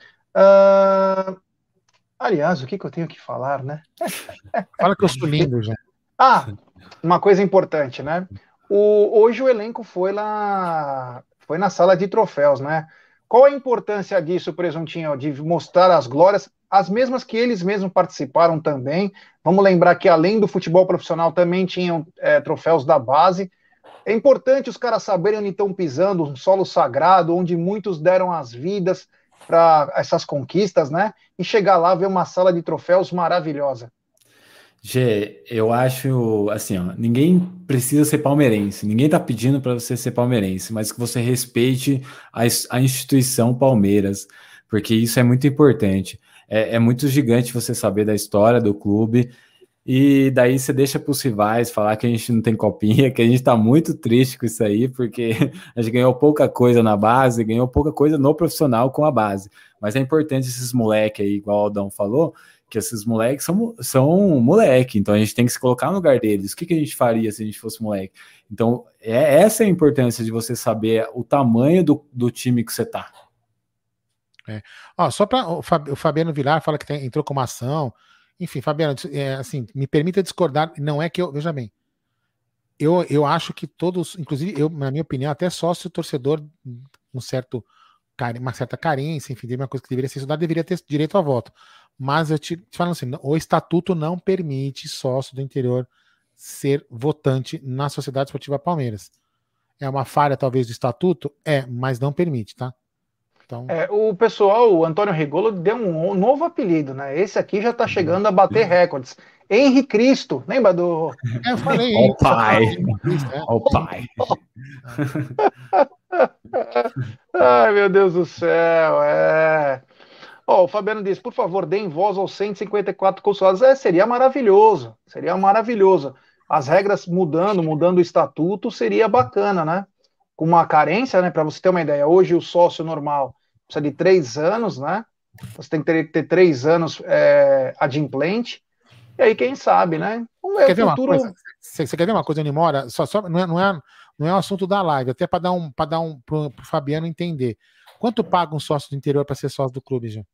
Uh, aliás, o que, que eu tenho que falar, né? Fala que eu sou lindo, já. Ah, uma coisa importante, né? O, hoje o elenco foi lá, foi na sala de troféus, né? Qual a importância disso, Presuntinho, de mostrar as glórias, as mesmas que eles mesmos participaram também? Vamos lembrar que além do futebol profissional também tinham é, troféus da base. É importante os caras saberem onde estão pisando, um solo sagrado, onde muitos deram as vidas para essas conquistas, né? E chegar lá ver uma sala de troféus maravilhosa. Gê, eu acho assim, ó, ninguém precisa ser palmeirense, ninguém tá pedindo para você ser palmeirense, mas que você respeite a, a instituição Palmeiras, porque isso é muito importante. É, é muito gigante você saber da história do clube, e daí você deixa para os rivais falar que a gente não tem copinha, que a gente tá muito triste com isso aí, porque a gente ganhou pouca coisa na base, ganhou pouca coisa no profissional com a base, mas é importante esses moleques aí, igual o Aldão falou, que esses moleques são, são moleque, então a gente tem que se colocar no lugar deles. O que, que a gente faria se a gente fosse moleque? Então, é, essa é a importância de você saber o tamanho do, do time que você tá. É. Ó, só para o, Fab, o Fabiano Vilar fala que tem, entrou com uma ação. Enfim, Fabiano, é, assim, me permita discordar, não é que eu, veja bem, eu, eu acho que todos, inclusive eu, na minha opinião, até sócio torcedor, um certo, uma certa carência, enfim, uma coisa que deveria ser estudada, deveria ter direito a voto. Mas eu te, te falo assim, o estatuto não permite sócio do interior ser votante na Sociedade Esportiva Palmeiras. É uma falha, talvez, do estatuto? É, mas não permite, tá? Então... É, o pessoal, o Antônio Rigolo, deu um novo apelido, né? Esse aqui já tá chegando a bater recordes. Henri Cristo, lembra do... É, eu falei. Ó o pai. Ó o pai. Ai, meu Deus do céu, é... Ó, o Fabiano diz, por favor, deem voz aos cento e cinquenta e quatro consulados. É, seria maravilhoso, seria maravilhoso. As regras mudando, mudando o estatuto, seria bacana, né? Com uma carência, né? Para você ter uma ideia, hoje o sócio normal precisa de três anos, né? Você tem que ter, ter três anos é, adimplente. E aí, quem sabe, né? Vamos ver, quer ver futuro... uma coisa? Você, você quer ver uma coisa, Nimora? Só, só, não, é, não, é, não é um assunto da live, até para dar um, para dar um pro, pro Fabiano entender. Quanto paga um sócio do interior para ser sócio do clube, já?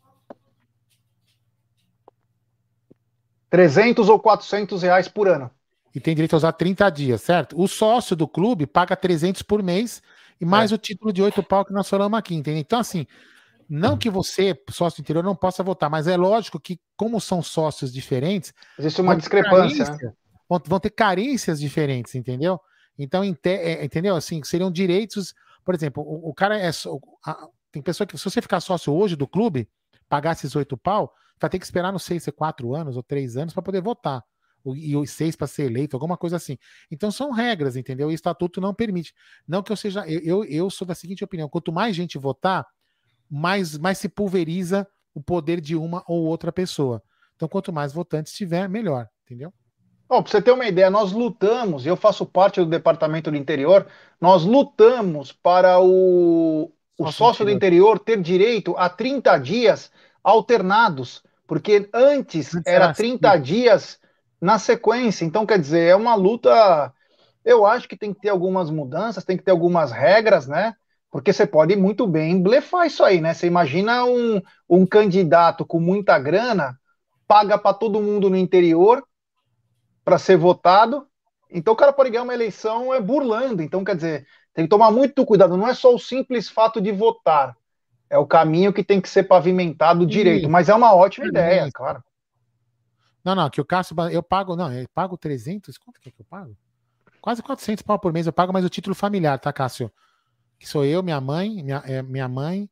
trezentos ou quatrocentos reais por ano. E tem direito a usar trinta dias, certo? O sócio do clube paga trezentos por mês e mais é. o título de oito pau que nós falamos aqui, entendeu? Então, assim, não que você, sócio do interior, não possa votar, mas é lógico que, como são sócios diferentes... Existe uma discrepância, carência, né? Vão, vão ter carências diferentes, entendeu? Então, entendeu? Assim, seriam direitos... Por exemplo, o, o cara é... A, tem pessoa que, se você ficar sócio hoje do clube, pagar esses oito pau, vai ter que esperar, não sei se é quatro anos ou três anos para poder votar. E os seis para ser eleito, alguma coisa assim. Então são regras, entendeu? E o estatuto não permite. Não que eu seja... Eu, eu, eu sou da seguinte opinião, quanto mais gente votar, mais, mais se pulveriza o poder de uma ou outra pessoa. Então quanto mais votantes tiver, melhor, entendeu? Bom, para você ter uma ideia, nós lutamos, eu faço parte do Departamento do Interior, nós lutamos para o, o sócio, sócio do interior ter direito a trinta dias alternados, porque antes, antes era trinta assim. dias na sequência. Então, quer dizer, é uma luta... Eu acho que tem que ter algumas mudanças, tem que ter algumas regras, né? Porque você pode muito bem blefar isso aí, né? Você imagina um, um candidato com muita grana, paga para todo mundo no interior para ser votado, então o cara pode ganhar uma eleição é burlando. Então, quer dizer, tem que tomar muito cuidado. Não é só o simples fato de votar, é o caminho que tem que ser pavimentado direito. Mas é uma ótima ideia, claro. Não, não, que o Cássio, eu pago, não, eu pago trezentos, quanto que é que eu pago? Quase quatrocentos pau por mês eu pago, mas o título familiar, tá, Cássio? Que sou eu, minha mãe, minha, é, minha mãe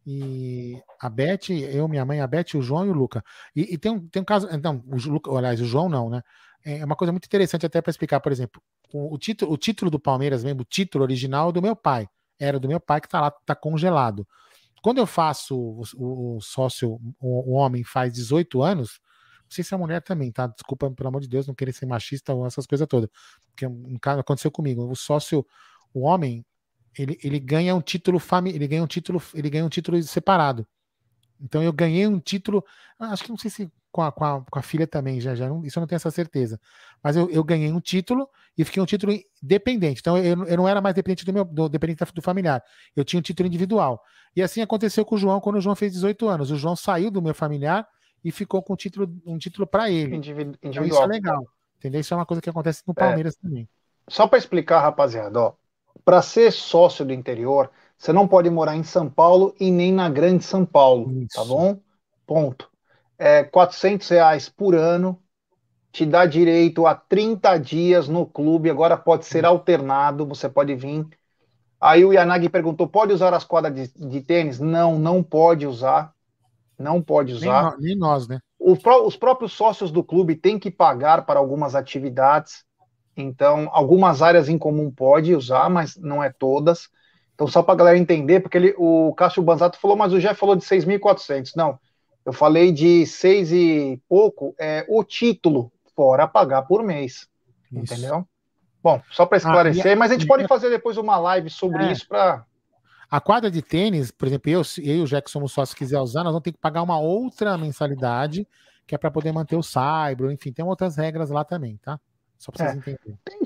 e a Beth, eu, minha mãe, a Beth, o João e o Luca. E, e tem, um, tem um caso, não, o Luca, aliás, o João não, né? É uma coisa muito interessante até para explicar, por exemplo, o, o, título, o título do Palmeiras mesmo, o título original do meu pai, era do meu pai que tá lá, tá congelado. Quando eu faço o, o, o sócio, o, o homem faz dezoito anos, não sei se a mulher também, tá? Desculpa, pelo amor de Deus, não querer ser machista ou essas coisas todas. Porque um caso aconteceu comigo. O sócio, o homem, ele, ele ganha um título família, ele ganha um título, ele ganha um título separado. Então eu ganhei um título, acho que não sei se com a, com a, com a filha também, já, já não, isso eu não tenho essa certeza. Mas eu, eu ganhei um título e fiquei um título dependente. Então eu, eu não era mais dependente do meu do, dependente do familiar. Eu tinha um título individual. E assim aconteceu com o João quando o João fez dezoito anos. O João saiu do meu familiar e ficou com um título, um título para ele. Individu- então, isso é legal. Entendeu? Isso é uma coisa que acontece no Palmeiras é. também. Só para explicar, rapaziada, ó, para ser sócio do interior, você não pode morar em São Paulo e nem na Grande São Paulo, isso. Tá bom? Ponto. É quatrocentos reais por ano, te dá direito a trinta dias no clube, agora pode ser alternado, você pode vir. Aí o Yanagi perguntou, pode usar as quadras de, de tênis? Não, não pode usar. Não pode usar. Nem, nem nós, né? O, os próprios sócios do clube têm que pagar para algumas atividades. Então, algumas áreas em comum pode usar, mas não é todas. Então, só para a galera entender, porque ele, o Cássio Banzato falou, mas o Jeff falou de seis mil e quatrocentos. Não, eu falei de seis e pouco, é o título, fora pagar por mês. Isso. Entendeu? Bom, só para esclarecer, ah, a, mas a gente pode fazer depois uma live sobre é. isso para... A quadra de tênis, por exemplo, eu, eu e o Jack somos sócios, se quiser usar, nós vamos ter que pagar uma outra mensalidade, que é para poder manter o Saibro, enfim, tem outras regras lá também, tá? Só para vocês é. entenderem. Tem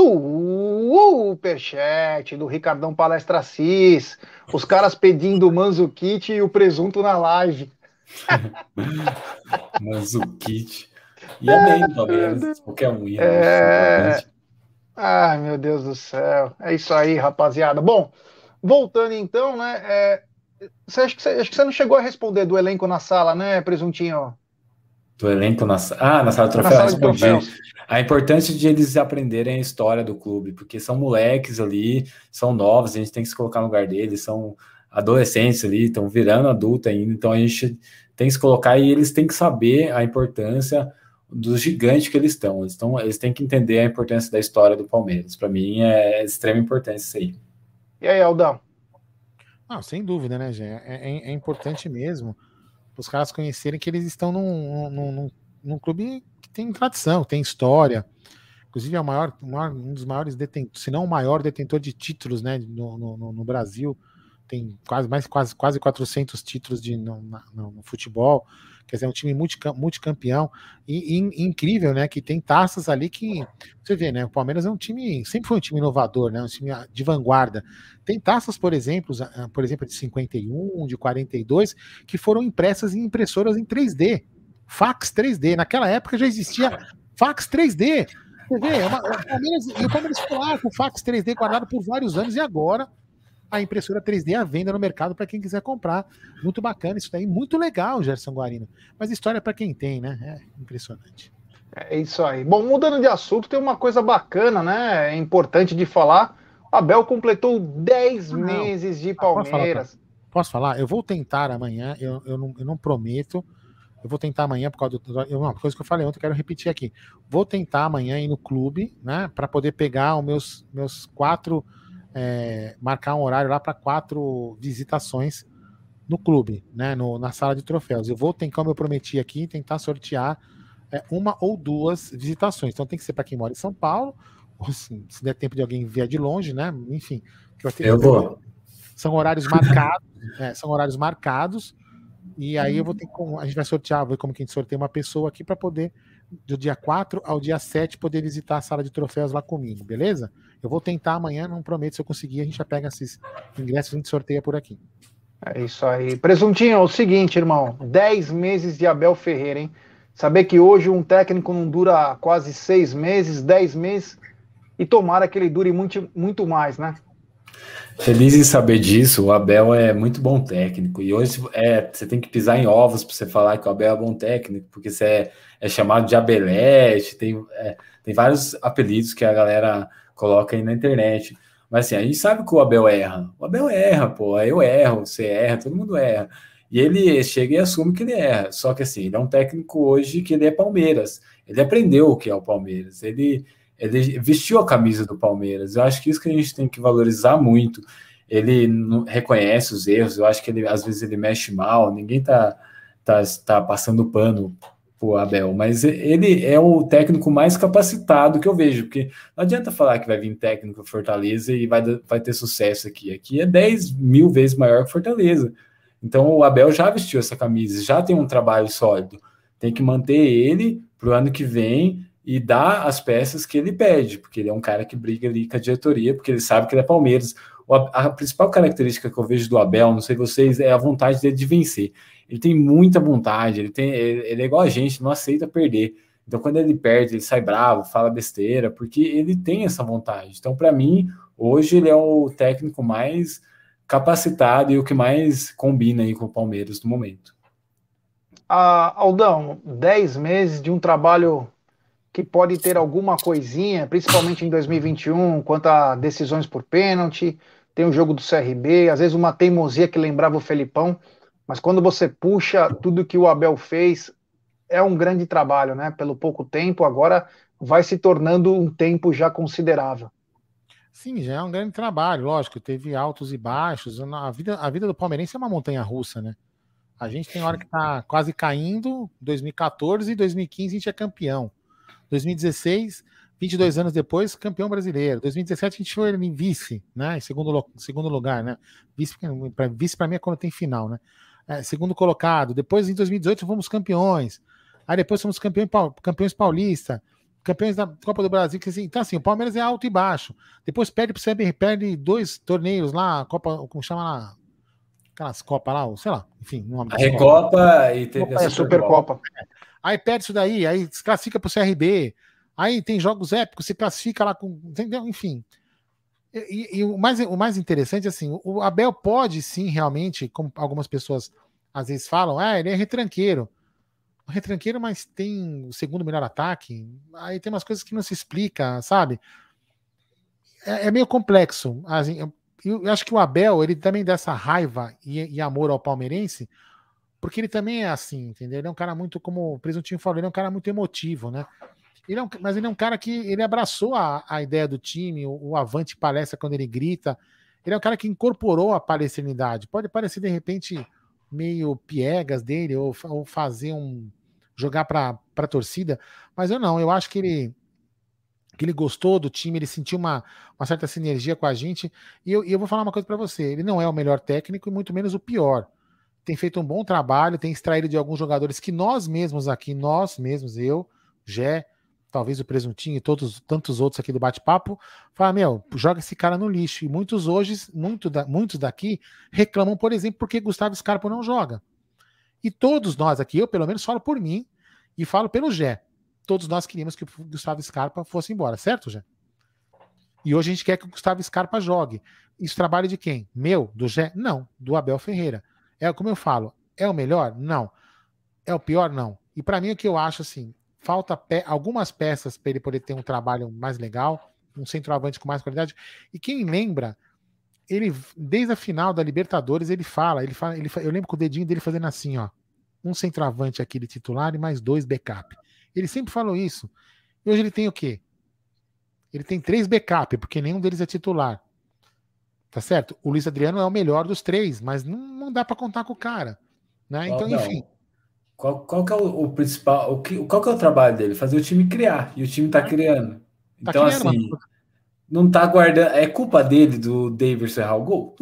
superchat do Ricardão Palestra Assis, os caras pedindo o Manzukit e o presunto na live. Manzukit. E é bem, talvez, qualquer um ia. É... Ai, meu Deus do céu. É isso aí, rapaziada. Bom, voltando então, né? É... Você, acha que você, acho que você não chegou a responder do elenco na sala, né, Presuntinho? Do elenco na, ah, na sala de troféu, respondi. A importância de eles aprenderem a história do clube, porque são moleques ali, são novos, a gente tem que se colocar no lugar deles, são adolescentes ali, estão virando adulto ainda, então a gente tem que se colocar e eles têm que saber a importância dos gigantes que eles estão. Eles, estão, eles têm que entender a importância da história do Palmeiras. Para mim é de extrema importância isso aí. E aí, Aldão? Não, sem dúvida, né, Gê? É, é, é importante mesmo os caras conhecerem que eles estão num, num, num, num clube que tem tradição, tem história. Inclusive é o maior, um dos maiores detentores, se não o maior detentor de títulos, né, no, no, no Brasil. Tem quase, mais, quase, quase quatrocentos títulos de, no, no, no futebol. Quer dizer, é um time multicampeão. E, e incrível, né? Que tem taças ali que. Você vê, né? O Palmeiras é um time. Sempre foi um time inovador, né? Um time de vanguarda. Tem taças, por exemplo, por exemplo, de cinquenta e um, de quarenta e dois, que foram impressas em impressoras em três D. Fax três D. Naquela época já existia fax três D. Você vê, é uma, o Palmeiras, e o Palmeiras ficou lá com fax três D guardado por vários anos, e agora a impressora três D à venda no mercado para quem quiser comprar. Muito bacana isso daí, muito legal, Gerson Guarino. Mas história para quem tem, né? É impressionante. É isso aí. Bom, mudando de assunto, tem uma coisa bacana, né? É importante de falar. O Abel completou dez meses de Palmeiras. Posso falar, posso falar? Eu vou tentar amanhã, eu, eu, não, eu não prometo. Eu vou tentar amanhã, por causa do. Eu, uma coisa que eu falei ontem, eu quero repetir aqui. Vou tentar amanhã ir no clube, né? Para poder pegar os meus, meus quatro. É, marcar um horário lá para quatro visitações no clube, né, no, na sala de troféus. Eu vou, tem como eu prometi aqui, tentar sortear é, uma ou duas visitações. Então tem que ser para quem mora em São Paulo, ou se, se der tempo de alguém vier de longe, né, enfim. Que eu, eu vou. São horários marcados, é, são horários marcados, e aí eu vou ter que, a gente vai sortear, ver como que a gente sorteia uma pessoa aqui para poder do dia quatro ao dia sete, poder visitar a sala de troféus lá comigo, beleza? Eu vou tentar amanhã, não prometo, se eu conseguir, a gente já pega esses ingressos e a gente sorteia por aqui. É isso aí. Presuntinho, é o seguinte, irmão, dez meses de Abel Ferreira, hein? Saber que hoje um técnico não dura quase seis meses, dez meses, e tomara que ele dure muito, muito mais, né? Feliz em saber disso, o Abel é muito bom técnico, e hoje é, você tem que pisar em ovos para você falar que o Abel é bom técnico, porque você é, é chamado de Abelete, tem, é, tem vários apelidos que a galera coloca aí na internet, mas assim, a gente sabe que o Abel erra, o Abel erra, pô, eu erro, você erra, todo mundo erra, e ele chega e assume que ele erra, só que assim, ele é um técnico hoje que ele é Palmeiras, ele aprendeu o que é o Palmeiras, ele... Ele vestiu a camisa do Palmeiras. Eu acho que isso que a gente tem que valorizar muito. Ele não reconhece os erros. Eu acho que ele, às vezes ele mexe mal. Ninguém tá, tá, tá passando pano pro Abel. Mas ele é o técnico mais capacitado que eu vejo. Porque não adianta falar que vai vir técnico Fortaleza e vai, vai ter sucesso aqui. Aqui é dez mil vezes maior que Fortaleza. Então o Abel já vestiu essa camisa. Já tem um trabalho sólido. Tem que manter ele pro ano que vem e dar as peças que ele pede, porque ele é um cara que briga ali com a diretoria, porque ele sabe que ele é Palmeiras. A, a principal característica que eu vejo do Abel, não sei vocês, é a vontade dele de vencer. Ele tem muita vontade, ele, tem, ele, ele é igual a gente, não aceita perder. Então, quando ele perde, ele sai bravo, fala besteira, porque ele tem essa vontade. Então, para mim, hoje ele é o técnico mais capacitado e o que mais combina aí com o Palmeiras no momento. Ah, Aldão, dez meses de um trabalho que pode ter alguma coisinha, principalmente em dois mil e vinte e um, quanto a decisões por pênalti, tem o jogo do C R B, às vezes uma teimosia que lembrava o Felipão, mas quando você puxa tudo que o Abel fez, é um grande trabalho, né? Pelo pouco tempo, agora vai se tornando um tempo já considerável. Sim, já é um grande trabalho, lógico, teve altos e baixos, a vida, a vida do palmeirense é uma montanha-russa, né? A gente tem hora que tá quase caindo, dois mil e quatorze e dois mil e quinze a gente é campeão. dois mil e dezesseis, vinte e dois anos depois, campeão brasileiro. dois mil e dezessete a gente foi em vice, né? Em segundo, segundo lugar, né? Vice para vice mim é quando tem final, né? É, segundo colocado. Depois, em dois mil e dezoito, fomos campeões. Aí depois fomos campeões, campeões paulista, campeões da Copa do Brasil. Assim, então, assim, o Palmeiras é alto e baixo. Depois perde pro C B R, perde dois torneios lá, Copa, como chama lá? Aquelas Copas lá, sei lá, enfim. A Recopa e teve a Supercopa. Aí perde isso daí, aí se classifica pro C R B, aí tem jogos épicos, se classifica lá com. Entendeu? Enfim. E, e o, mais, o mais interessante, assim, o Abel pode sim, realmente, como algumas pessoas às vezes falam, ah, ele é retranqueiro. Retranqueiro, mas tem o segundo melhor ataque. Aí tem umas coisas que não se explica, sabe? É, é meio complexo. Assim, eu, eu acho que o Abel, ele também dá essa raiva e, e amor ao palmeirense, porque ele também é assim, entendeu? Ele é um cara muito, como o Presuntinho falou, ele é um cara muito emotivo, né? Ele é um, mas ele é um cara que ele abraçou a, a ideia do time, o, o avante palestra quando ele grita. Ele é um cara que incorporou a palestrinidade. Pode parecer, de repente, meio piegas dele, ou, ou fazer um... jogar para a torcida, mas eu não, eu acho que ele que ele gostou do time, ele sentiu uma, uma certa sinergia com a gente, e eu, e eu vou falar uma coisa para você, ele não é o melhor técnico e muito menos o pior. Tem feito um bom trabalho, tem extraído de alguns jogadores que nós mesmos aqui, nós mesmos, eu, Gé, talvez o Presuntinho e todos, tantos outros aqui do bate-papo, falam, meu, joga esse cara no lixo. E muitos hoje, muito da, muitos daqui reclamam, por exemplo, porque Gustavo Scarpa não joga. E todos nós aqui, eu pelo menos falo por mim e falo pelo Gé. Todos nós queríamos que o Gustavo Scarpa fosse embora, certo, Gé? E hoje a gente quer que o Gustavo Scarpa jogue. Isso trabalho de quem? Meu? Do Gé? Não, do Abel Ferreira. É como eu falo, é o melhor? Não. É o pior? Não. E para mim o que eu acho assim, falta pe- algumas peças para ele poder ter um trabalho mais legal, um centroavante com mais qualidade. E quem lembra, ele desde a final da Libertadores ele fala, ele fala, ele fala, eu lembro com o dedinho dele fazendo assim, ó, um centroavante aqui de titular e mais dois backup. Ele sempre falou isso. E hoje ele tem o quê? Ele tem três backup, porque nenhum deles é titular. Tá certo? O Luiz Adriano é o melhor dos três, mas não, não dá para contar com o cara. Né? Então, não. enfim. Qual, qual que é o, o principal, o que, qual que é o trabalho dele? Fazer o time criar, e o time tá criando. Então, tá criando, assim, mano. Não tá guardando... É culpa dele, do Davidson errar o gol? Não é.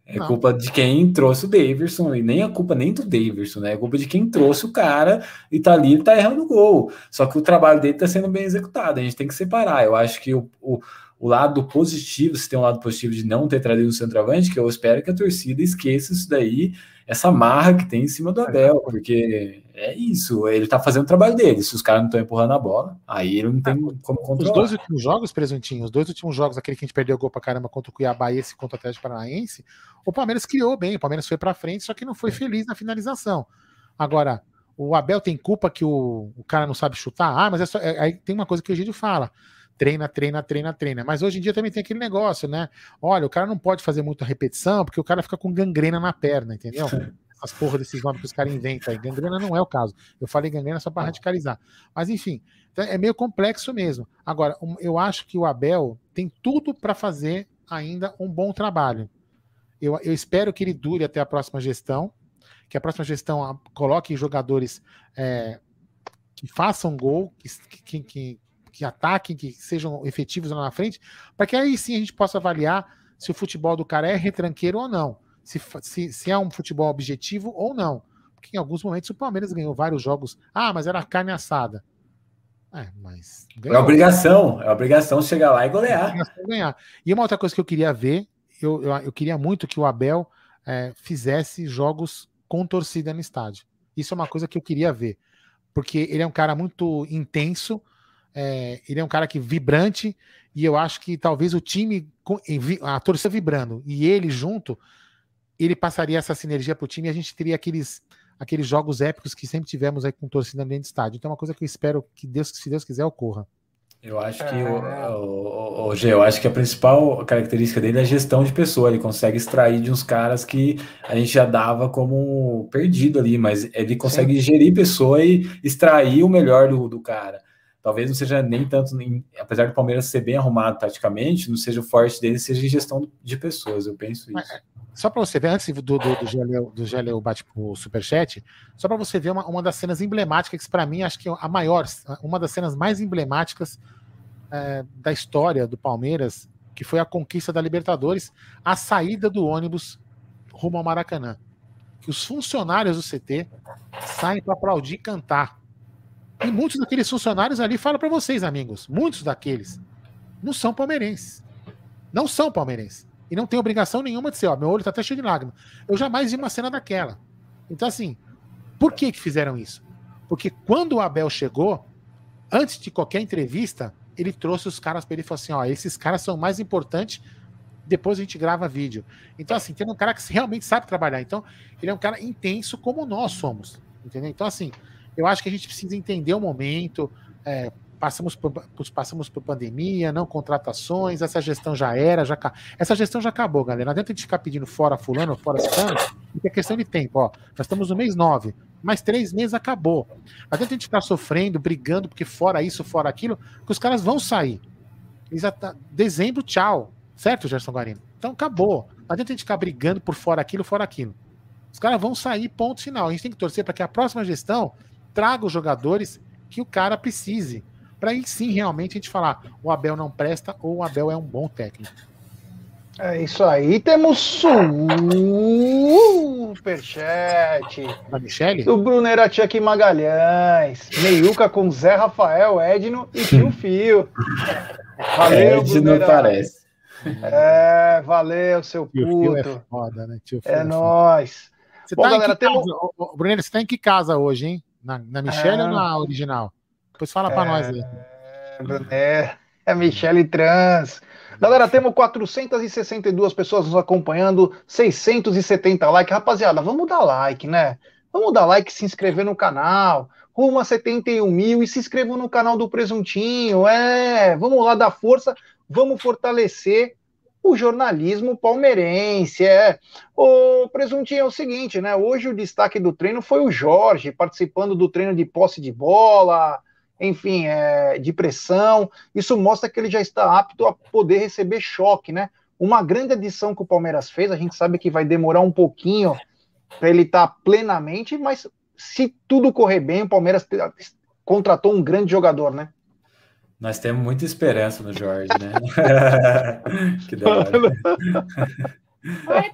É Não. culpa de quem trouxe o Daverson, e nem a culpa nem do Daverson, né? É culpa de quem trouxe o cara e tá ali e tá errando o gol. Só que o trabalho dele tá sendo bem executado, a gente tem que separar. Eu acho que o, o, o lado positivo, se tem um lado positivo de não ter trazido o centroavante, que eu espero que a torcida esqueça isso daí, essa marra que tem em cima do Abel, porque é isso, ele tá fazendo o trabalho dele. Se os caras não estão empurrando a bola, aí ele não tem como controlar. Os dois últimos jogos, Presuntinho, os dois últimos jogos, aquele que a gente perdeu gol pra caramba contra o Cuiabá e esse contra o Atlético Paranaense, o Palmeiras criou bem, o Palmeiras foi pra frente, só que não foi feliz na finalização. Agora, o Abel tem culpa que o, o cara não sabe chutar? Ah, mas é só, é, aí tem uma coisa que o Egídio fala, treina, treina, treina, treina. Mas hoje em dia também tem aquele negócio, né? Olha, o cara não pode fazer muita repetição, porque o cara fica com gangrena na perna, entendeu? As porra desses nomes que os caras inventam aí. Gangrena não é o caso. Eu falei gangrena só para radicalizar. Mas enfim, é meio complexo mesmo. Agora, eu acho que o Abel tem tudo para fazer ainda um bom trabalho. Eu, eu espero que ele dure até a próxima gestão, que a próxima gestão coloque jogadores é, que façam gol, que, que, que, que ataquem, que sejam efetivos lá na frente, para que aí sim a gente possa avaliar se o futebol do cara é retranqueiro ou não. Se, se, se é um futebol objetivo ou não. Porque em alguns momentos o Palmeiras ganhou vários jogos. Ah, mas era carne assada. É, mas ganhou. É obrigação, é obrigação chegar lá e golear. É ganhar. E uma outra coisa que eu queria ver, eu, eu, eu queria muito que o Abel é, fizesse jogos com torcida no estádio. Isso é uma coisa que eu queria ver. Porque ele é um cara muito intenso, é, ele é um cara que vibrante, e eu acho que talvez o time, a torcida vibrando, e ele junto, ele passaria essa sinergia para o time e a gente teria aqueles, aqueles jogos épicos que sempre tivemos aí com torcida dentro do estádio. Então é uma coisa que eu espero que Deus, se Deus quiser, ocorra. Eu acho que o, o, o, G, eu acho que a principal característica dele é a gestão de pessoa. Ele consegue extrair de uns caras que a gente já dava como perdido ali, mas ele consegue Sim. gerir pessoa e extrair o melhor do, do cara. Talvez não seja nem tanto, nem, apesar do Palmeiras ser bem arrumado taticamente, não seja o forte dele, seja em gestão de pessoas. Eu penso isso. Mas, só para você ver, antes do, do, do Geleu, do Geleu bate pro Superchat, só para você ver uma, uma das cenas emblemáticas, que para mim acho que a maior, uma das cenas mais emblemáticas é, da história do Palmeiras, que foi a conquista da Libertadores, a saída do ônibus rumo ao Maracanã. Que os funcionários do C T saem para aplaudir e cantar. E muitos daqueles funcionários ali, falo para vocês, amigos, muitos daqueles não são palmeirenses. Não são palmeirenses. E não tem obrigação nenhuma de ser, ó, meu olho tá até cheio de lágrimas. Eu jamais vi uma cena daquela. Então, assim, por que que fizeram isso? Porque quando o Abel chegou, antes de qualquer entrevista, ele trouxe os caras para ele e falou assim, ó, esses caras são mais importantes, depois a gente grava vídeo. Então, assim, tem um cara que realmente sabe trabalhar. Então, ele é um cara intenso como nós somos, entendeu? Então, assim, eu acho que a gente precisa entender o momento, é, Passamos por, passamos por pandemia, não contratações, essa gestão já era, já essa gestão já acabou, galera. Não adianta a gente ficar pedindo fora fulano, fora ciclano, porque é questão de tempo, ó. Nós estamos no mês nove, mais três meses acabou. Não adianta a gente ficar sofrendo, brigando, porque fora isso, fora aquilo, que os caras vão sair. Exata, dezembro, tchau. Certo, Gerson Guarino? Então acabou. Não adianta a gente ficar brigando por fora aquilo, fora aquilo. Os caras vão sair, ponto final. A gente tem que torcer para que a próxima gestão traga os jogadores que o cara precise. Para aí sim, realmente, a gente falar o Abel não presta ou o Abel é um bom técnico. É isso aí. Temos superchat da Michele? Do Brunera Tchek Magalhães. Meiuca com Zé Rafael, Edno e Tio Fio. Valeu, Edno Brunera. Parece. É, valeu, seu Tio puto. Fio é foda, né? Tio Fio é, é nóis. Você Bom, tá galera, temos... Brunera, você tá em que casa hoje, hein? Na, na Michele é... ou na original? Depois fala pra é, nós aí. É, é a Michele Trans. Galera, temos quatrocentas e sessenta e duas pessoas nos acompanhando, seiscentos e setenta likes. Rapaziada, vamos dar like, né? Vamos dar like e se inscrever no canal. Rumo a setenta e um mil e se inscrevam no canal do Presuntinho. É, vamos lá dar força, vamos fortalecer o jornalismo palmeirense. É. O Presuntinho é o seguinte, né? Hoje o destaque do treino foi o Jorge, participando do treino de posse de bola, enfim, é, de pressão. Isso mostra que ele já está apto a poder receber choque, né? Uma grande adição que o Palmeiras fez, a gente sabe que vai demorar um pouquinho para ele estar plenamente, mas se tudo correr bem, o Palmeiras contratou um grande jogador, né? Nós temos muita esperança no Jorge, né? Que da hora. Oi,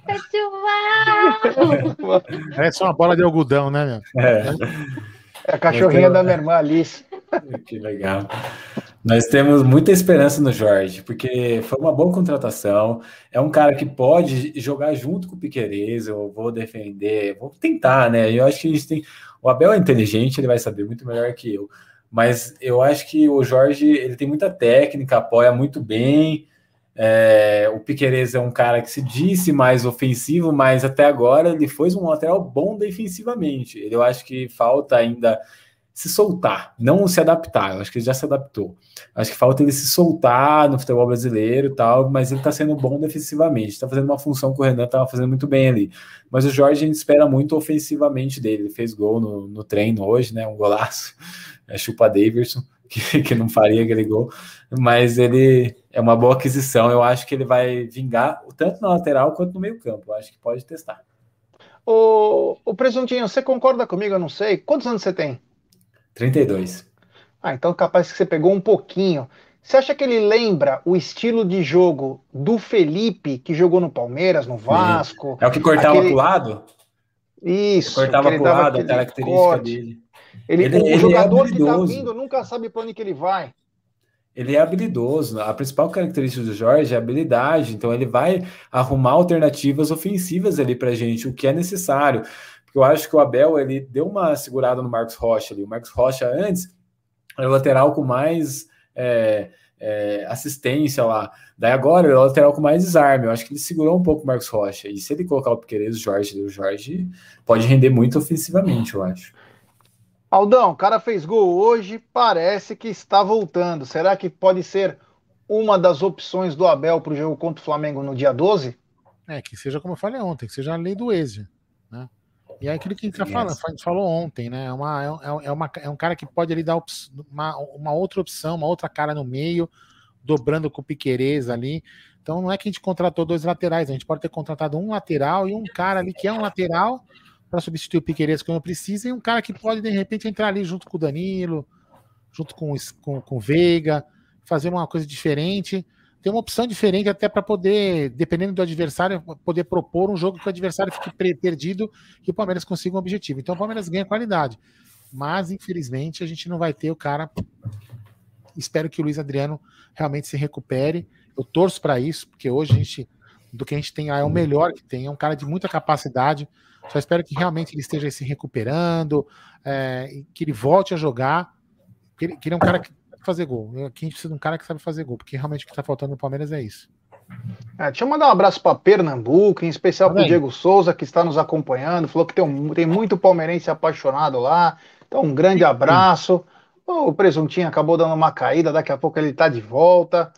pessoal! Parece uma bola de algodão, né, meu? É, É a cachorrinha Mas, da minha irmã Alice. que legal. Nós temos muita esperança no Jorge, porque foi uma boa contratação. É um cara que pode jogar junto com o Piquerez. Eu vou defender, vou tentar, né? Eu acho que a gente tem. O Abel é inteligente, ele vai saber muito melhor que eu. Mas eu acho que o Jorge ele tem muita técnica, apoia muito bem. É, o Piquerez é um cara que se disse mais ofensivo, mas até agora ele foi um lateral bom defensivamente. Eu acho que falta ainda se soltar, não se adaptar. Eu acho que ele já se adaptou. Acho que falta ele se soltar no futebol brasileiro e tal, mas ele tá sendo bom defensivamente. Tá fazendo uma função que o Renan tava fazendo muito bem ali. Mas o Jorge a gente espera muito ofensivamente dele. Ele fez gol no, no treino hoje, né? Um golaço. É chupa Daverson, que, que não faria aquele gol. Mas ele é uma boa aquisição. Eu acho que ele vai vingar tanto na lateral quanto no meio campo. Eu acho que pode testar. Ô, ô Presuntinho, você concorda comigo? Eu não sei. Quantos anos você tem? trinta e dois. Ah, então capaz que você pegou um pouquinho. Você acha que ele lembra o estilo de jogo do Felipe, que jogou no Palmeiras, no Vasco? É o que cortava aquele... pro lado? Isso, cortava que ele pro dava lado, a aquele característica corte. dele. Ele, Ele, o ele jogador é que tá habilidoso. vindo nunca sabe para onde que ele vai. Ele é habilidoso. A principal característica do Jorge é a habilidade. Então ele vai arrumar alternativas ofensivas ali pra gente, o que é necessário. Porque eu acho que o Abel ele deu uma segurada no Marcos Rocha ali. O Marcos Rocha antes era o lateral com mais é, é, assistência lá. Daí agora ele é o lateral com mais desarme. Eu acho que ele segurou um pouco o Marcos Rocha. E se ele colocar o Piquerez, o Jorge, o Jorge pode render muito ofensivamente, eu acho. Aldão, o cara fez gol hoje, parece que está voltando. Será que pode ser uma das opções do Abel para o jogo contra o Flamengo no dia doze? É, que seja como eu falei ontem, que seja a lei do ex, né? E é aquilo que a gente, tá falando, Yes. a gente falou ontem, né? É, uma, é, é, uma, é um cara que pode ali dar uma, uma outra opção, uma outra cara no meio, dobrando com o Piquerez ali. Então não é que a gente contratou dois laterais, a gente pode ter contratado um lateral e um cara ali que é um lateral para substituir o Piquerez quando precisa, e um cara que pode, de repente, entrar ali junto com o Danilo, junto com, com, com o Veiga, fazer uma coisa diferente. Tem uma opção diferente até para poder, dependendo do adversário, poder propor um jogo que o adversário fique perdido e o Palmeiras consiga um objetivo. Então o Palmeiras ganha qualidade. Mas, infelizmente, a gente não vai ter o cara. Espero que o Luiz Adriano realmente se recupere. Eu torço para isso, porque hoje a gente, do que a gente tem é o melhor que tem. É um cara de muita capacidade. Só espero que realmente ele esteja se recuperando, é, que ele volte a jogar. Que ele, que ele é um cara que sabe fazer gol. Aqui a gente precisa de um cara que sabe fazer gol, porque realmente o que está faltando no Palmeiras é isso. É, deixa eu mandar um abraço para Pernambuco, em especial para o Também. Diego Souza, que está nos acompanhando. Falou que tem, um, tem muito palmeirense apaixonado lá. Então, um grande abraço. O Presuntinho acabou dando uma caída, daqui a pouco ele está de volta.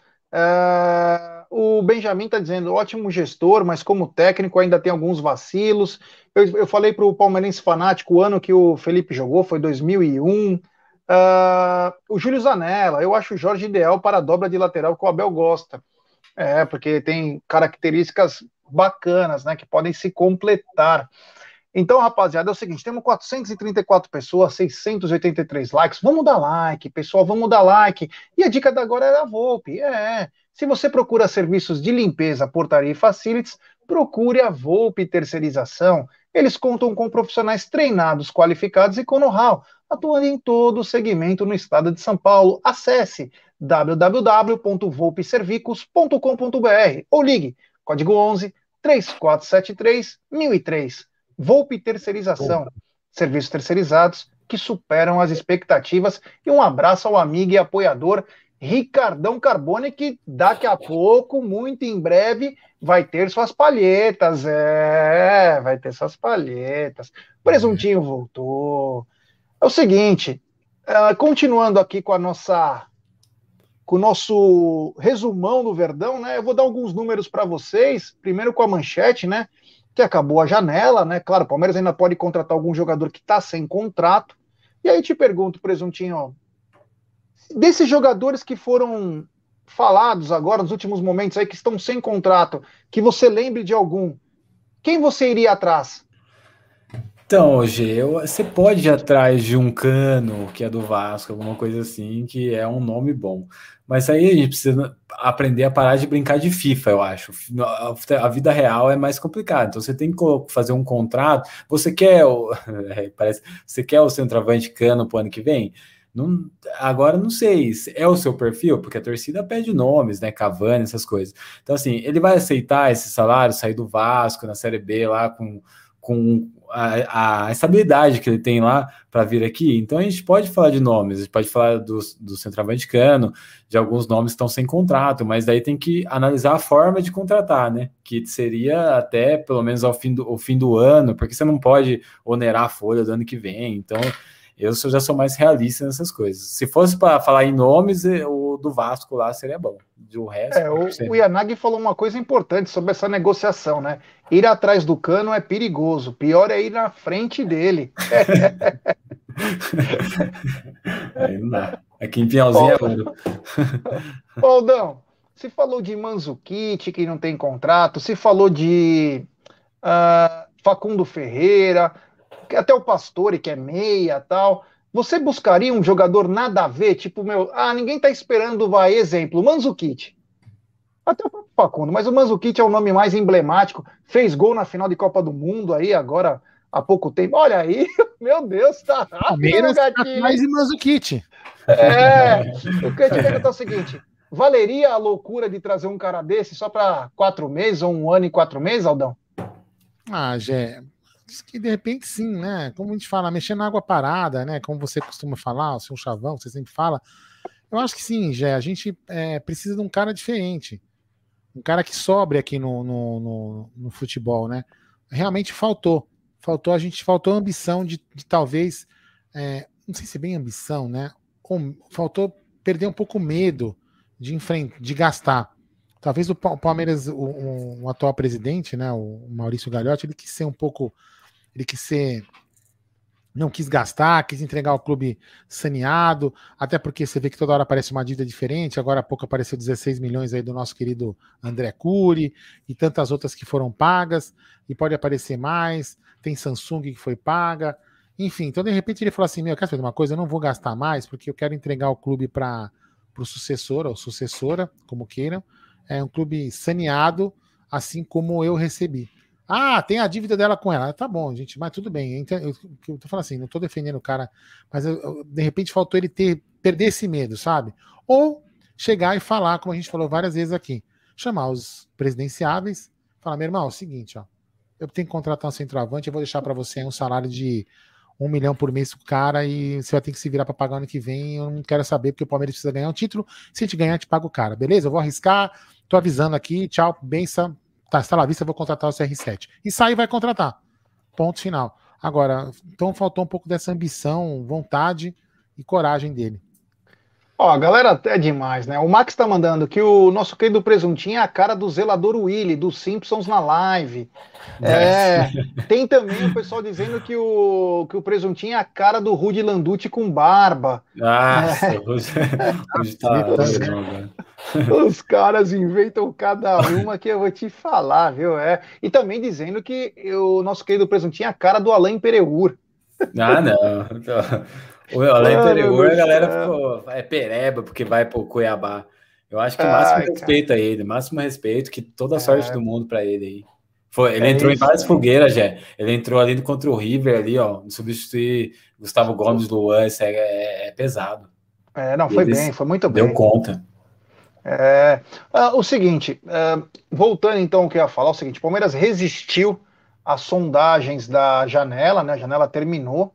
É, o Benjamin está dizendo, ótimo gestor, mas como técnico ainda tem alguns vacilos. Eu, eu falei para o palmeirense fanático, o ano que o Felipe jogou foi dois mil e um. Uh, o Júlio Zanella, eu acho o Jorge ideal para a dobra de lateral que o Abel gosta. É, porque tem características bacanas, né, que podem se completar. Então, rapaziada, é o seguinte, temos quatrocentas e trinta e quatro pessoas, seiscentos e oitenta e três likes. Vamos dar like, pessoal, vamos dar like. E a dica da agora era a Volpe. É, se você procura serviços de limpeza, portaria e facilities, procure a Volpe Terceirização. Eles contam com profissionais treinados, qualificados e com know-how, atuando em todo o segmento no estado de São Paulo. Acesse w w w ponto volpe servicos ponto com ponto b r ou ligue código onze, três quatro sete três, mil e três. Volpe Terceirização, serviços terceirizados que superam as expectativas. E um abraço ao amigo e apoiador Ricardão Carbone, que daqui a pouco, muito em breve, vai ter suas palhetas. É, vai ter suas palhetas. Presuntinho voltou. É o seguinte, uh, continuando aqui com a nossa, com o nosso resumão do Verdão, né? Eu vou dar alguns números para vocês. Primeiro com a manchete, né? Que acabou a janela, né? Claro, o Palmeiras ainda pode contratar algum jogador que está sem contrato. E aí te pergunto, Presuntinho, ó, desses jogadores que foram falados agora nos últimos momentos aí que estão sem contrato, que você lembre de algum, quem você iria atrás? Então, Gê, você pode ir atrás de um Cano, que é do Vasco, alguma coisa assim, que é um nome bom. Mas aí a gente precisa aprender a parar de brincar de FIFA, eu acho. A vida real é mais complicada. Então você tem que fazer um contrato. Você quer o, é, parece, você quer o centroavante Cano pro ano que vem? Não, agora não sei, é o seu perfil? Porque a torcida pede nomes, né? Cavani, essas coisas. Então, assim, ele vai aceitar esse salário, sair do Vasco na Série B lá com. com A, a estabilidade que ele tem lá para vir aqui. Então a gente pode falar de nomes, a gente pode falar do, do centroavante Cano, de alguns nomes que estão sem contrato, mas daí tem que analisar a forma de contratar, né? Que seria até pelo menos ao fim do, ao fim do ano, porque você não pode onerar a folha do ano que vem. Então eu já sou mais realista nessas coisas. Se fosse para falar em nomes, o do Vasco lá seria bom. Do resto, é, o, o Yanagi falou uma coisa importante sobre essa negociação, né? Ir atrás do Cano é perigoso, pior é ir na frente dele. Aí não dá. Aqui em Pinhalzinho é ouro. Aldão, se falou de Mandzukic, que não tem contrato, se falou de uh, Facundo Ferreira, até o Pastore, que é meia tal. Você buscaria um jogador nada a ver, tipo, meu, ah, ninguém tá esperando, vai, exemplo, Mandzukic. Até o próprio Facundo, mas o Mandzukic é o nome mais emblemático, fez gol na final de Copa do Mundo aí, agora, há pouco tempo. Olha aí, meu Deus, tá rápido, meu gatinho. Mais de Mandzukic. É, eu queria te perguntar o seguinte, valeria a loucura de trazer um cara desse só para quatro meses, ou um ano e quatro meses, Aldão? Ah, Gé, que de repente sim, né? Como a gente fala, mexer na água parada, né? Como você costuma falar, o seu chavão, você sempre fala. Eu acho que sim, Gé, a gente é, precisa de um cara diferente. Um cara que sobre aqui no, no, no, no futebol, né? Realmente faltou. Faltou, a gente faltou ambição de, de talvez, é, não sei se é bem ambição, né? Ou, faltou perder um pouco o medo de enfrentar, de gastar. Talvez o Palmeiras, o, o, o atual presidente, né? O Maurício Gagliotti, ele quis ser um pouco, ele quis ser, não quis gastar, quis entregar o clube saneado, até porque você vê que toda hora aparece uma dívida diferente, agora há pouco apareceu dezesseis milhões aí do nosso querido André Cury, e tantas outras que foram pagas, e pode aparecer mais, tem Samsung que foi paga, enfim, então de repente ele falou assim, meu, quer fazer uma coisa, eu não vou gastar mais, porque eu quero entregar o clube para o sucessor, ou sucessora, como queiram, é um clube saneado, assim como eu recebi. Ah, tem a dívida dela com ela. Tá bom, gente, mas tudo bem. Eu, eu, eu tô falando assim, não tô defendendo o cara, mas eu, eu, de repente faltou ele ter, perder esse medo, sabe? Ou chegar e falar, como a gente falou várias vezes aqui, chamar os presidenciáveis, falar, meu irmão, é o seguinte, ó, eu tenho que contratar um centroavante, eu vou deixar para você um salário de um milhão por mês pro cara e você vai ter que se virar para pagar ano que vem, eu não quero saber porque o Palmeiras precisa ganhar um título, se a gente ganhar, a gente paga o cara, beleza? Eu vou arriscar, tô avisando aqui, tchau, benção. Tá, está lá vista, eu vou contratar o C R sete. E sai e vai contratar. Ponto final. Agora, então faltou um pouco dessa ambição, vontade e coragem dele. Ó, a galera até é demais, né? O Max tá mandando que o nosso querido Presuntinho é a cara do zelador Willy, dos Simpsons na live. É, tem também o pessoal dizendo que o, que o Presuntinho é a cara do Rudy Landucci com barba. Nossa, é. hoje, hoje tá... Os caras inventam cada uma que eu vou te falar, viu? É. E também dizendo que o nosso querido Presuntinho é a cara do Alain Pereur. Ah, não. O Alain Pereur, a galera ficou, é pereba porque vai pro Cuiabá. Eu acho que máximo Ai, respeito cara. a ele, máximo respeito, que toda a sorte é. do mundo para ele aí. Foi, ele é entrou isso, em várias né? fogueiras, já. Ele entrou ali contra o River, ali, ó, substituir Gustavo Gomes, Luan, isso é, é, é pesado. É, não, foi bem, foi muito deu bem. Deu conta. É, uh, o seguinte, uh, voltando então ao que eu ia falar, o seguinte, o Palmeiras resistiu às sondagens da janela, né? A janela terminou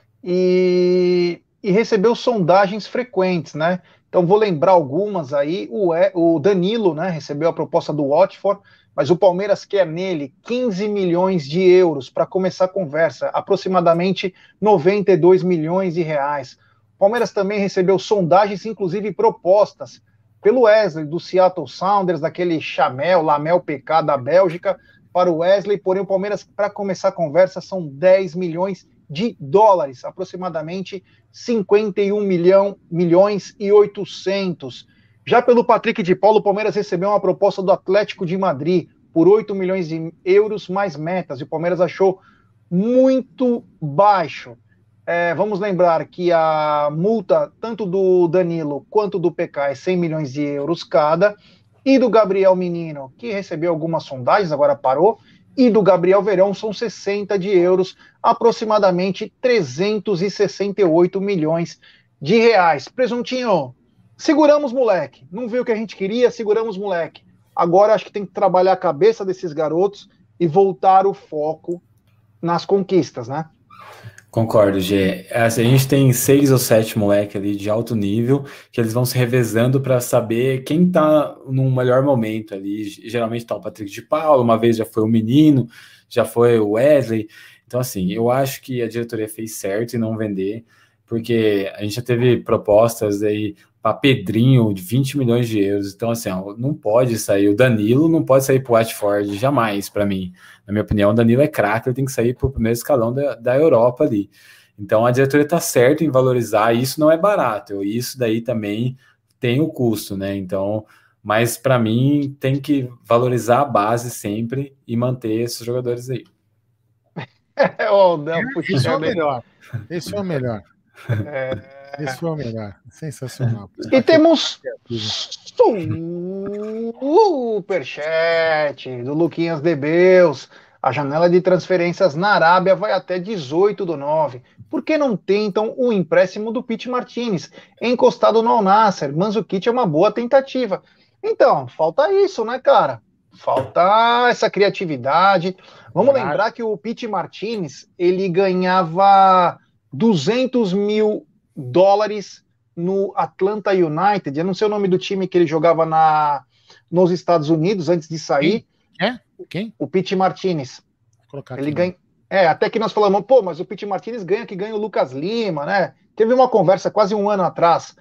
e, e recebeu sondagens frequentes, né? Então vou lembrar algumas aí. O, o Danilo, né? Recebeu a proposta do Watford, mas o Palmeiras quer nele quinze milhões de euros para começar a conversa, aproximadamente noventa e dois milhões de reais. O Palmeiras também recebeu sondagens, inclusive propostas pelo Wesley, do Seattle Sounders, daquele Chamel, Lamel P K da Bélgica, para o Wesley, porém o Palmeiras, para começar a conversa, são dez milhões de dólares, aproximadamente cinquenta e um milhão, milhões e oitocentos. Já pelo Patrick de Paulo, o Palmeiras recebeu uma proposta do Atlético de Madrid, por oito milhões de euros mais metas, e o Palmeiras achou muito baixo. É, vamos lembrar que a multa, tanto do Danilo quanto do P K, é cem milhões de euros cada, e do Gabriel Menino, que recebeu algumas sondagens, agora parou, e do Gabriel Verão são sessenta de euros, aproximadamente trezentos e sessenta e oito milhões de reais. Presuntinho, seguramos moleque, não viu o que a gente queria, seguramos moleque. Agora acho que tem que trabalhar a cabeça desses garotos e voltar o foco nas conquistas, né? Concordo, Gê. Assim, a gente tem seis ou sete moleques ali de alto nível que eles vão se revezando para saber quem tá num melhor momento ali. Geralmente tá o Patrick de Paula, uma vez já foi o Menino, já foi o Wesley. Então, assim, eu acho que a diretoria fez certo em não vender, porque a gente já teve propostas aí para Pedrinho de vinte milhões de euros. Então, assim, ó, não pode sair. O Danilo não pode sair para o Watford, jamais, para mim. Na minha opinião, o Danilo é craque, ele tem que sair para o primeiro escalão da, da Europa ali. Então, a diretoria está certa em valorizar, e isso não é barato. Isso daí também tem o custo, né? Então, mas para mim, tem que valorizar a base sempre e manter esses jogadores aí. oh, não, puxa, Esse é o melhor. Esse é o melhor. É... Esse foi o melhor. Sensacional. E temos superchat do Luquinhas Debeus. A janela de transferências na Arábia vai até dezoito do nove. Por que não tentam o empréstimo do Pete Martinez, encostado no Al Nassr? Mandzukic é uma boa tentativa. Então, falta isso, né, cara? Falta essa criatividade. Vamos Caralho. lembrar que o Pete Martinez, ele ganhava duzentos mil dólares no Atlanta United. Eu não sei o nome do time que ele jogava na, nos Estados Unidos antes de sair. Quem? É? Quem? O Pete Martinez. Vou colocar ele aqui, ganha. É, até que nós falamos, pô, mas o Pete Martinez ganha que ganha o Lucas Lima, né? Teve uma conversa quase um ano atrás.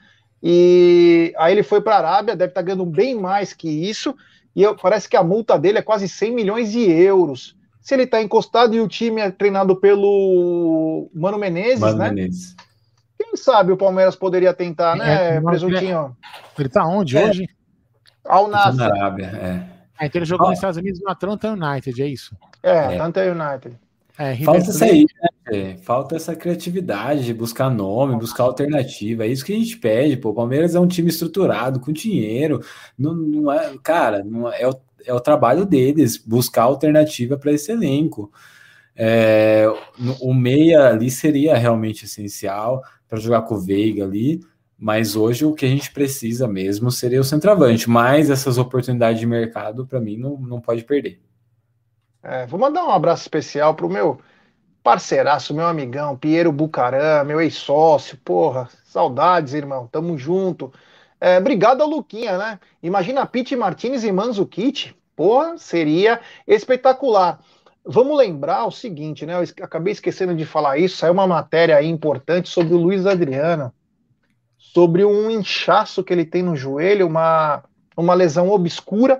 E aí ele foi para a Arábia, deve estar ganhando bem mais que isso. E eu, parece que a multa dele é quase cem milhões de euros. Se ele está encostado e o time é treinado pelo Mano Menezes, Mano né? Menezes. Quem sabe o Palmeiras poderia tentar, né, é, Presuntinho? Ele tá onde é. hoje? Al Nassr. Na Arábia, é. Ah, então ele jogou ah. nos Estados Unidos no Atlanta United, é isso? É, é. Atlanta United. É, Falta isso aí, né? Falta essa criatividade de buscar nome, buscar alternativa. É isso que a gente pede, pô. O Palmeiras é um time estruturado, com dinheiro. Não, não é, cara, não é, é, o, é o trabalho deles buscar alternativa para esse elenco. É, o meia ali seria realmente essencial para jogar com o Veiga ali, mas hoje o que a gente precisa mesmo seria o centroavante, mas essas oportunidades de mercado para mim não, não pode perder. É, vou mandar um abraço especial pro meu parceiraço, meu amigão Piero Bucaram, meu ex-sócio, porra, saudades, irmão, tamo junto. É, obrigado ao Luquinha, né? Imagina Pete Martinez e Mandzukic, porra, seria espetacular. Vamos lembrar o seguinte, né? Eu acabei esquecendo de falar isso. Saiu uma matéria aí importante sobre o Luiz Adriano, sobre um inchaço que ele tem no joelho, uma, uma lesão obscura,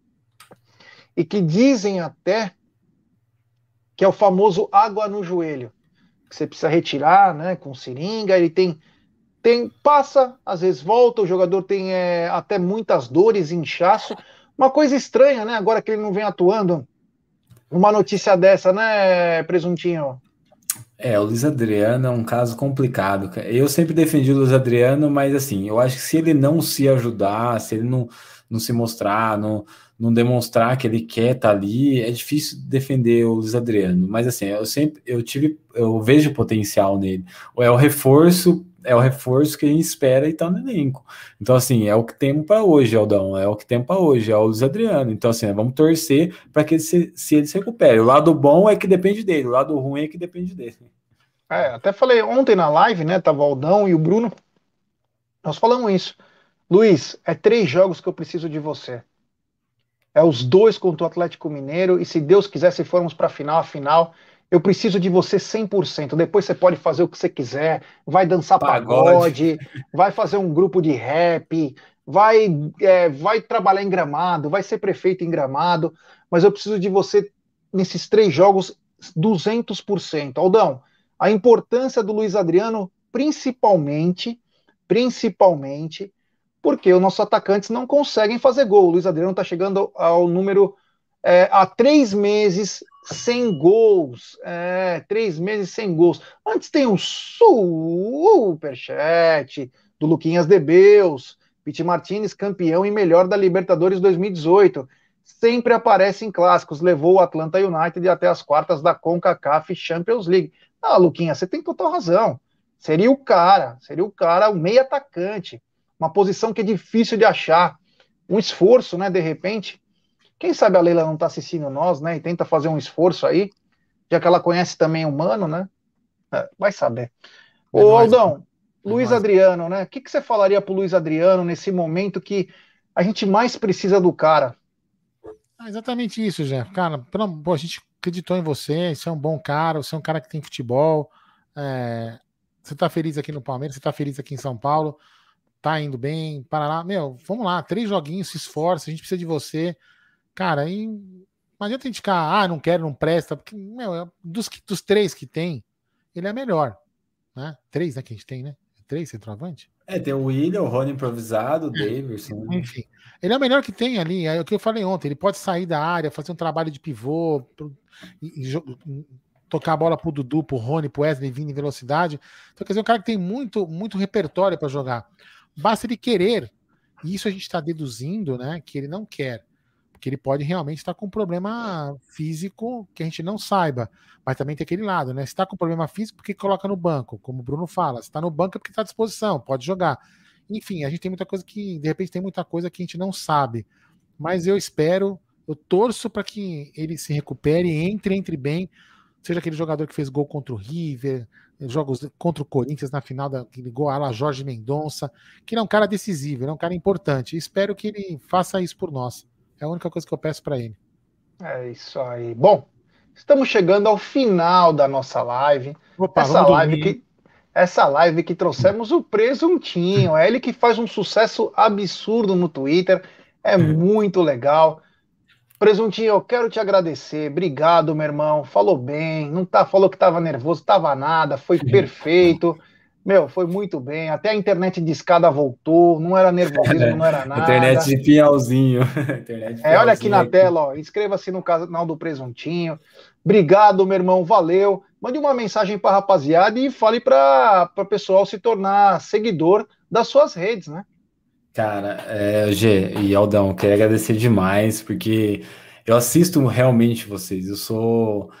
e que dizem até que é o famoso água no joelho, que você precisa retirar, né? Com seringa. Ele tem, tem passa, às vezes volta. O jogador tem é, até muitas dores, inchaço. Uma coisa estranha, né? Agora que ele não vem atuando. Uma notícia dessa, né, Presuntinho? É, o Luiz Adriano é um caso complicado. Eu sempre defendi o Luiz Adriano, mas assim, eu acho que se ele não se ajudar, se ele não, não se mostrar, não, não demonstrar que ele quer estar ali, é difícil defender o Luiz Adriano. Mas assim, eu sempre, eu tive, eu vejo potencial nele. É o reforço, é o reforço que a gente espera e tá no elenco. Então assim, é o que temos para hoje, Aldão, é o que temos para hoje, é o Luiz Adriano. Então assim, vamos torcer para que ele se, se ele se recupere. O lado bom é que depende dele, o lado ruim é que depende dele. É, até falei ontem na live, né, tava o Aldão e o Bruno, nós falamos isso. Luiz, é três jogos que eu preciso de você. É os dois contra o Atlético Mineiro, e se Deus quiser, se formos para a final, a final, eu preciso de você cem por cento. Depois você pode fazer o que você quiser, vai dançar pagode, pagode vai fazer um grupo de rap, vai, é, vai trabalhar em Gramado, vai ser prefeito em Gramado, mas eu preciso de você nesses três jogos duzentos por cento. Aldão, a importância do Luiz Adriano, principalmente, principalmente, porque os nossos atacantes não conseguem fazer gol. O Luiz Adriano está chegando ao número, é, há três meses sem gols. É, três meses sem gols. Antes tem um superchat do Luquinhas Debeus. Piti Martinez, campeão e melhor da Libertadores dois mil e dezoito. Sempre aparece em clássicos. Levou o Atlanta United até as quartas da CONCACAF Champions League. Ah, Luquinhas, você tem total razão. Seria o cara, seria o cara, o meio atacante. Uma posição que é difícil de achar. Um esforço, né, de repente. Quem sabe a Leila não está assistindo nós, né, e tenta fazer um esforço aí, já que ela conhece também o Mano, né? É, vai saber. É Ô, nóis, Aldão, é Luiz nóis. Adriano, né? O que, que você falaria pro Luiz Adriano nesse momento que a gente mais precisa do cara? Ah, exatamente isso, Jeff. Cara, pelo, pô, a gente acreditou em você, você é um bom cara, você é um cara que tem futebol. é, Você tá feliz aqui no Palmeiras, você tá feliz aqui em São Paulo, tá indo bem, para lá. Meu, vamos lá, três joguinhos, se esforça, a gente precisa de você. Cara, e não adianta a gente ficar, ah, não quero, não presta, porque, meu, é- dos, que- dos três que tem, ele é melhor, né? Três, né, que a gente tem, né? Três centroavante? É, tem o William, o Rony improvisado, o Davidson. Enfim, ele é o melhor que tem ali, é o que eu falei ontem, ele pode sair da área, fazer um trabalho de pivô, pro- e- e jo- tocar a bola pro Dudu, pro Rony, pro Wesley vindo em velocidade. Então, quer dizer, um cara que tem muito, muito repertório para jogar. Basta ele querer. E isso a gente está deduzindo, né, que ele não quer. Porque ele pode realmente estar com um problema físico que a gente não saiba. Mas também tem aquele lado, né? Se está com problema físico, por que coloca no banco? Como o Bruno fala, se está no banco é porque está à disposição, pode jogar. Enfim, a gente tem muita coisa que, de repente, tem muita coisa que a gente não sabe. Mas eu espero, eu torço para que ele se recupere, entre, entre bem, seja aquele jogador que fez gol contra o River, jogos contra o Corinthians na final daquele gol a lá Jorge Mendonça, que ele é um cara decisivo, ele é um cara importante. Espero que ele faça isso por nós. É a única coisa que eu peço para ele. É isso aí. Bom, estamos chegando ao final da nossa live. Opa, Essa vamos live dormir. que essa live que trouxemos o Presuntinho. É ele que faz um sucesso absurdo no Twitter. É muito legal. Presuntinho, eu quero te agradecer. Obrigado, meu irmão. Falou bem. Não tá, falou que tava nervoso, tava nada. Foi perfeito. Meu, foi muito bem. Até a internet de escada voltou. Não era nervosismo, não era Internet nada. de pinhalzinho. Internet de É, olha aqui pinhalzinho na aqui. tela, ó. Inscreva-se no canal do Presuntinho. Obrigado, meu irmão. Valeu. Mande uma mensagem para a rapaziada e fale para o pessoal se tornar seguidor das suas redes, né? Cara, é, G e Aldão, queria agradecer demais, porque eu assisto realmente vocês. Eu sou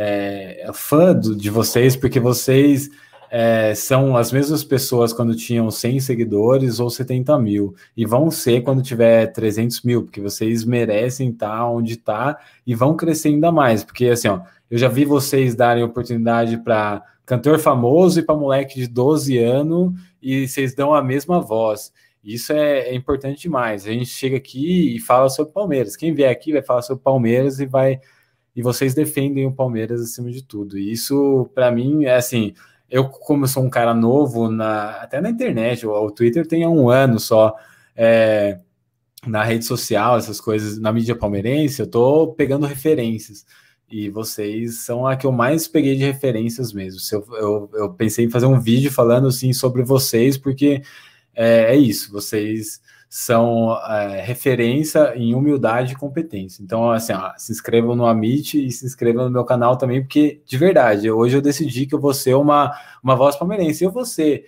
é, fã do- de vocês, porque vocês é, são as mesmas pessoas quando tinham cem seguidores ou setenta mil, e vão ser quando tiver trezentos mil, porque vocês merecem estar onde está e vão crescer ainda mais. Porque, assim, ó, eu já vi vocês darem oportunidade para cantor famoso e para moleque de doze anos, e vocês dão a mesma voz. Isso é, é importante demais. A gente chega aqui e fala sobre Palmeiras. Quem vier aqui vai falar sobre Palmeiras e vai e vocês defendem o Palmeiras acima de tudo. E isso, para mim, é assim. Eu, como eu sou um cara novo, na, até na internet, o, o Twitter tem há um ano só, é, na rede social, essas coisas, na mídia palmeirense, eu tô pegando referências. E vocês são a que eu mais peguei de referências mesmo. Se eu, eu, eu pensei em fazer um vídeo falando assim sobre vocês, porque é, é isso, vocês são é, referência em humildade e competência. Então, assim, ó, se inscrevam no Amit e se inscrevam no meu canal também, porque, de verdade, hoje eu decidi que eu vou ser uma, uma voz palmeirense. Eu vou ser,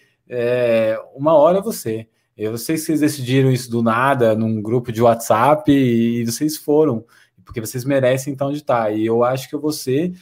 é, uma hora eu vou ser. Eu sei que vocês decidiram isso do nada, num grupo de WhatsApp, e vocês foram, porque vocês merecem então onde estar. E eu acho que eu vou ser.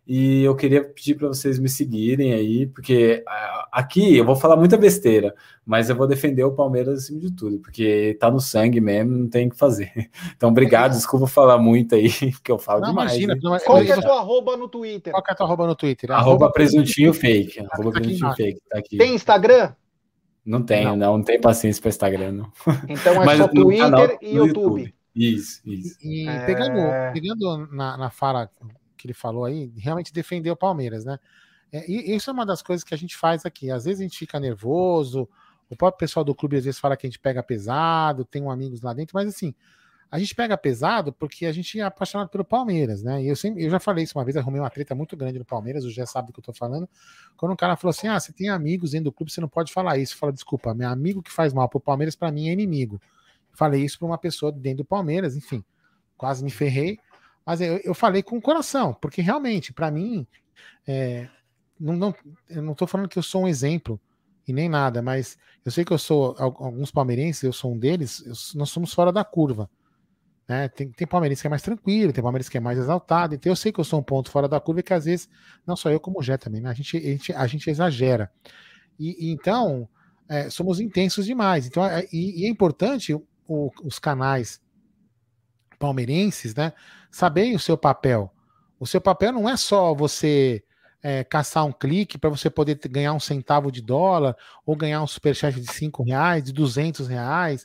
E eu queria pedir para vocês me seguirem aí, porque ah, aqui eu vou falar muita besteira, mas eu vou defender o Palmeiras acima de tudo, porque tá no sangue mesmo, não tem o que fazer. Então, obrigado, desculpa falar muito aí, porque eu falo Não, demais. imagina. Né? Não, Qual que é a eu- tua arroba no Twitter? Qual que é a tua arroba no Twitter? Arroba presuntinho fake. Arroba tá aqui presuntinho embaixo. fake, tá aqui. Tem Instagram? Não tenho, não, não tenho paciência para Instagram, não. Então é Mas só no Twitter canal, e no YouTube. Isso, isso. E, e É. pegando, pegando na, na fala que ele falou aí, realmente defender o Palmeiras, né? É, e isso é uma das coisas que a gente faz aqui. Às vezes a gente fica nervoso, o próprio pessoal do clube às vezes fala que a gente pega pesado, tem um amigos lá dentro, mas assim, a gente pega pesado porque a gente é apaixonado pelo Palmeiras, né? E eu, sempre, eu já falei isso uma vez, arrumei uma treta muito grande no Palmeiras, o Gé sabe do que eu tô falando. Quando um cara falou assim: ah, você tem amigos dentro do clube, você não pode falar isso. Eu falo, desculpa, meu amigo que faz mal pro Palmeiras, para mim, é inimigo. Falei isso para uma pessoa dentro do Palmeiras, enfim, quase me ferrei. Mas eu, eu falei com o coração, porque realmente, para mim, é, não, não, eu não tô falando que eu sou um exemplo e nem nada, mas eu sei que eu sou, alguns palmeirenses, eu sou um deles, eu, nós somos fora da curva. Né? Tem, tem palmeirense que é mais tranquilo, tem palmeirense que é mais exaltado, então eu sei que eu sou um ponto fora da curva e que às vezes, não só eu como o Jé também, né? a, gente, a, gente, a gente exagera. E, e então, é, somos intensos demais. Então, é, e, e é importante o, os canais palmeirenses, né, saberem o seu papel. O seu papel não é só você é, caçar um clique para você poder ganhar um centavo de dólar ou ganhar um superchat de cinco reais, de duzentos reais.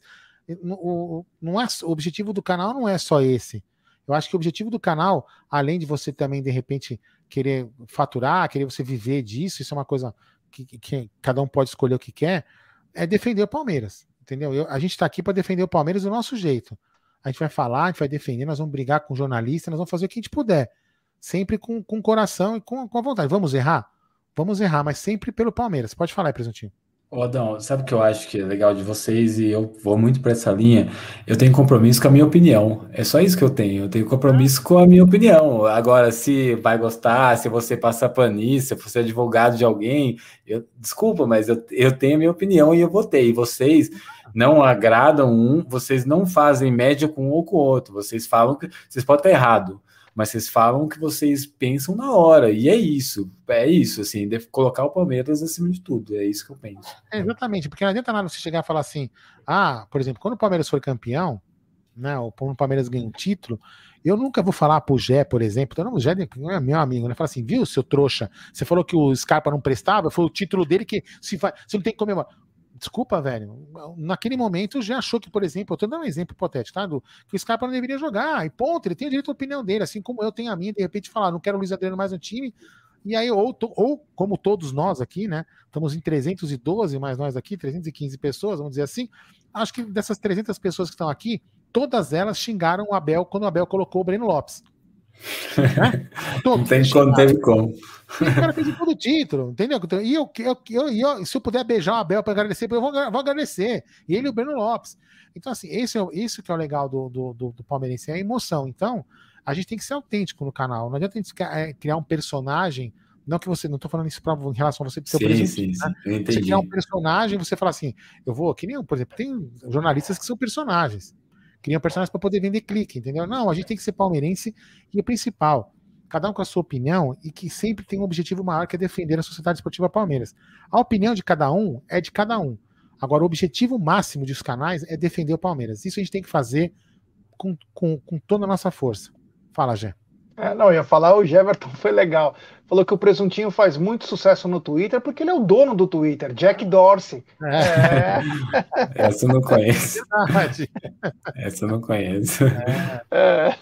O, não é, o objetivo do canal não é só esse. Eu acho que o objetivo do canal, além de você também, de repente, querer faturar, querer você viver disso, isso é uma coisa que, que, que cada um pode escolher o que quer, é defender o Palmeiras. Entendeu? Eu, a gente está aqui para defender o Palmeiras do nosso jeito. A gente vai falar, a gente vai defender, nós vamos brigar com jornalistas, nós vamos fazer o que a gente puder. Sempre com, com coração e com, com a vontade. Vamos errar? Vamos errar, mas sempre pelo Palmeiras. Pode falar aí, Presuntinho. Ô, Adão, sabe o que eu acho que é legal de vocês e eu vou muito para essa linha? Eu tenho compromisso com a minha opinião. É só isso que eu tenho. Eu tenho compromisso com a minha opinião. Agora, se vai gostar, se você passar panis, se você é advogado de alguém, eu, desculpa, mas eu, eu tenho a minha opinião e eu votei. E vocês não agradam um, vocês não fazem média com um ou com o outro. Vocês falam que vocês podem estar errado, mas vocês falam o que vocês pensam na hora, e é isso, é isso, assim, deve colocar o Palmeiras acima de tudo, é isso que eu penso. É, exatamente, porque não adianta nada você chegar e falar assim, ah, por exemplo, quando o Palmeiras for campeão, né, ou quando o Palmeiras ganha um título, eu nunca vou falar pro Gé, por exemplo, então, o Gé é meu amigo, né, fala assim, viu, seu trouxa, você falou que o Scarpa não prestava, foi o título dele que se faz, você não tem que comemorar. Desculpa, velho. Naquele momento já achou que, por exemplo, eu tô dando um exemplo hipotético, tá? Do, que o Scarpa não deveria jogar, e ponto, ele tem o direito à opinião dele, assim como eu tenho a minha, de repente falar, não quero o Luiz Adriano mais no time, e aí, ou, ou como todos nós aqui, né? Estamos em trezentos e doze, mais nós aqui, trezentas e quinze pessoas, vamos dizer assim. Acho que dessas trezentas pessoas que estão aqui, todas elas xingaram o Abel quando o Abel colocou o Breno Lopes. Né? Não tem como, teve como. E o cara fez todo o título, entendeu? E eu, eu, eu, eu, se eu puder beijar o Abel para agradecer, eu vou, vou agradecer. E ele e o Breno Lopes. Então, assim, esse é, isso que é o legal do, do, do, do Palmeirense, é a emoção. Então, a gente tem que ser autêntico no canal. Não adianta a gente criar um personagem. Não que você, não tô falando isso pra, em relação a você, seu sim, sim, sim, né? Você criar um personagem, você fala assim, eu vou, que nem, por exemplo, tem jornalistas que são personagens. Criam personagens para poder vender clique, entendeu? Não, a gente tem que ser palmeirense e o principal, cada um com a sua opinião e que sempre tem um objetivo maior que é defender a Sociedade Esportiva Palmeiras. A opinião de cada um é de cada um. Agora, o objetivo máximo dos canais é defender o Palmeiras. Isso a gente tem que fazer com, com, com toda a nossa força. Fala, Gé. É, não, eu ia falar, o Jeverton foi legal. Falou que o Presuntinho faz muito sucesso no Twitter porque ele é o dono do Twitter, Jack Dorsey. É. É. Essa eu não conheço. Essa eu não conheço. É. É.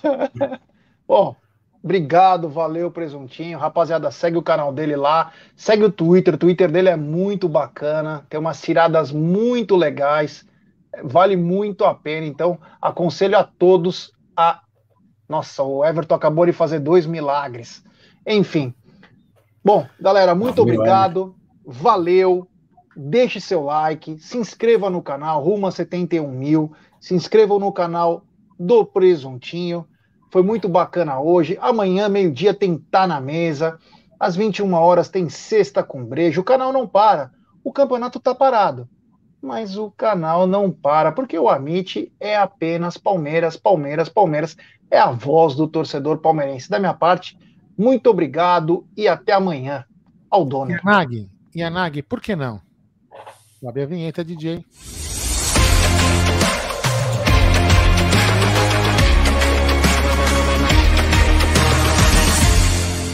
Bom, obrigado, valeu, Presuntinho. Rapaziada, segue o canal dele lá, segue o Twitter, o Twitter dele é muito bacana, tem umas tiradas muito legais, vale muito a pena, então aconselho a todos a... Nossa, o Everton acabou de fazer dois milagres. Enfim. Bom, galera, muito obrigado. Valeu. Deixe seu like. Se inscreva no canal. Rumo a setenta e um mil. Se inscrevam no canal do Presuntinho. Foi muito bacana hoje. Amanhã, meio-dia, tem Tá na Mesa. Às vinte e uma horas tem Sexta com Brejo. O canal não para. O campeonato tá parado. Mas o canal não para, porque o Amit é apenas Palmeiras, Palmeiras, Palmeiras. É a voz do torcedor palmeirense. Da minha parte, muito obrigado e até amanhã. Aldona. Yanagi, Yanagi, por que não? Sobe a vinheta, D J.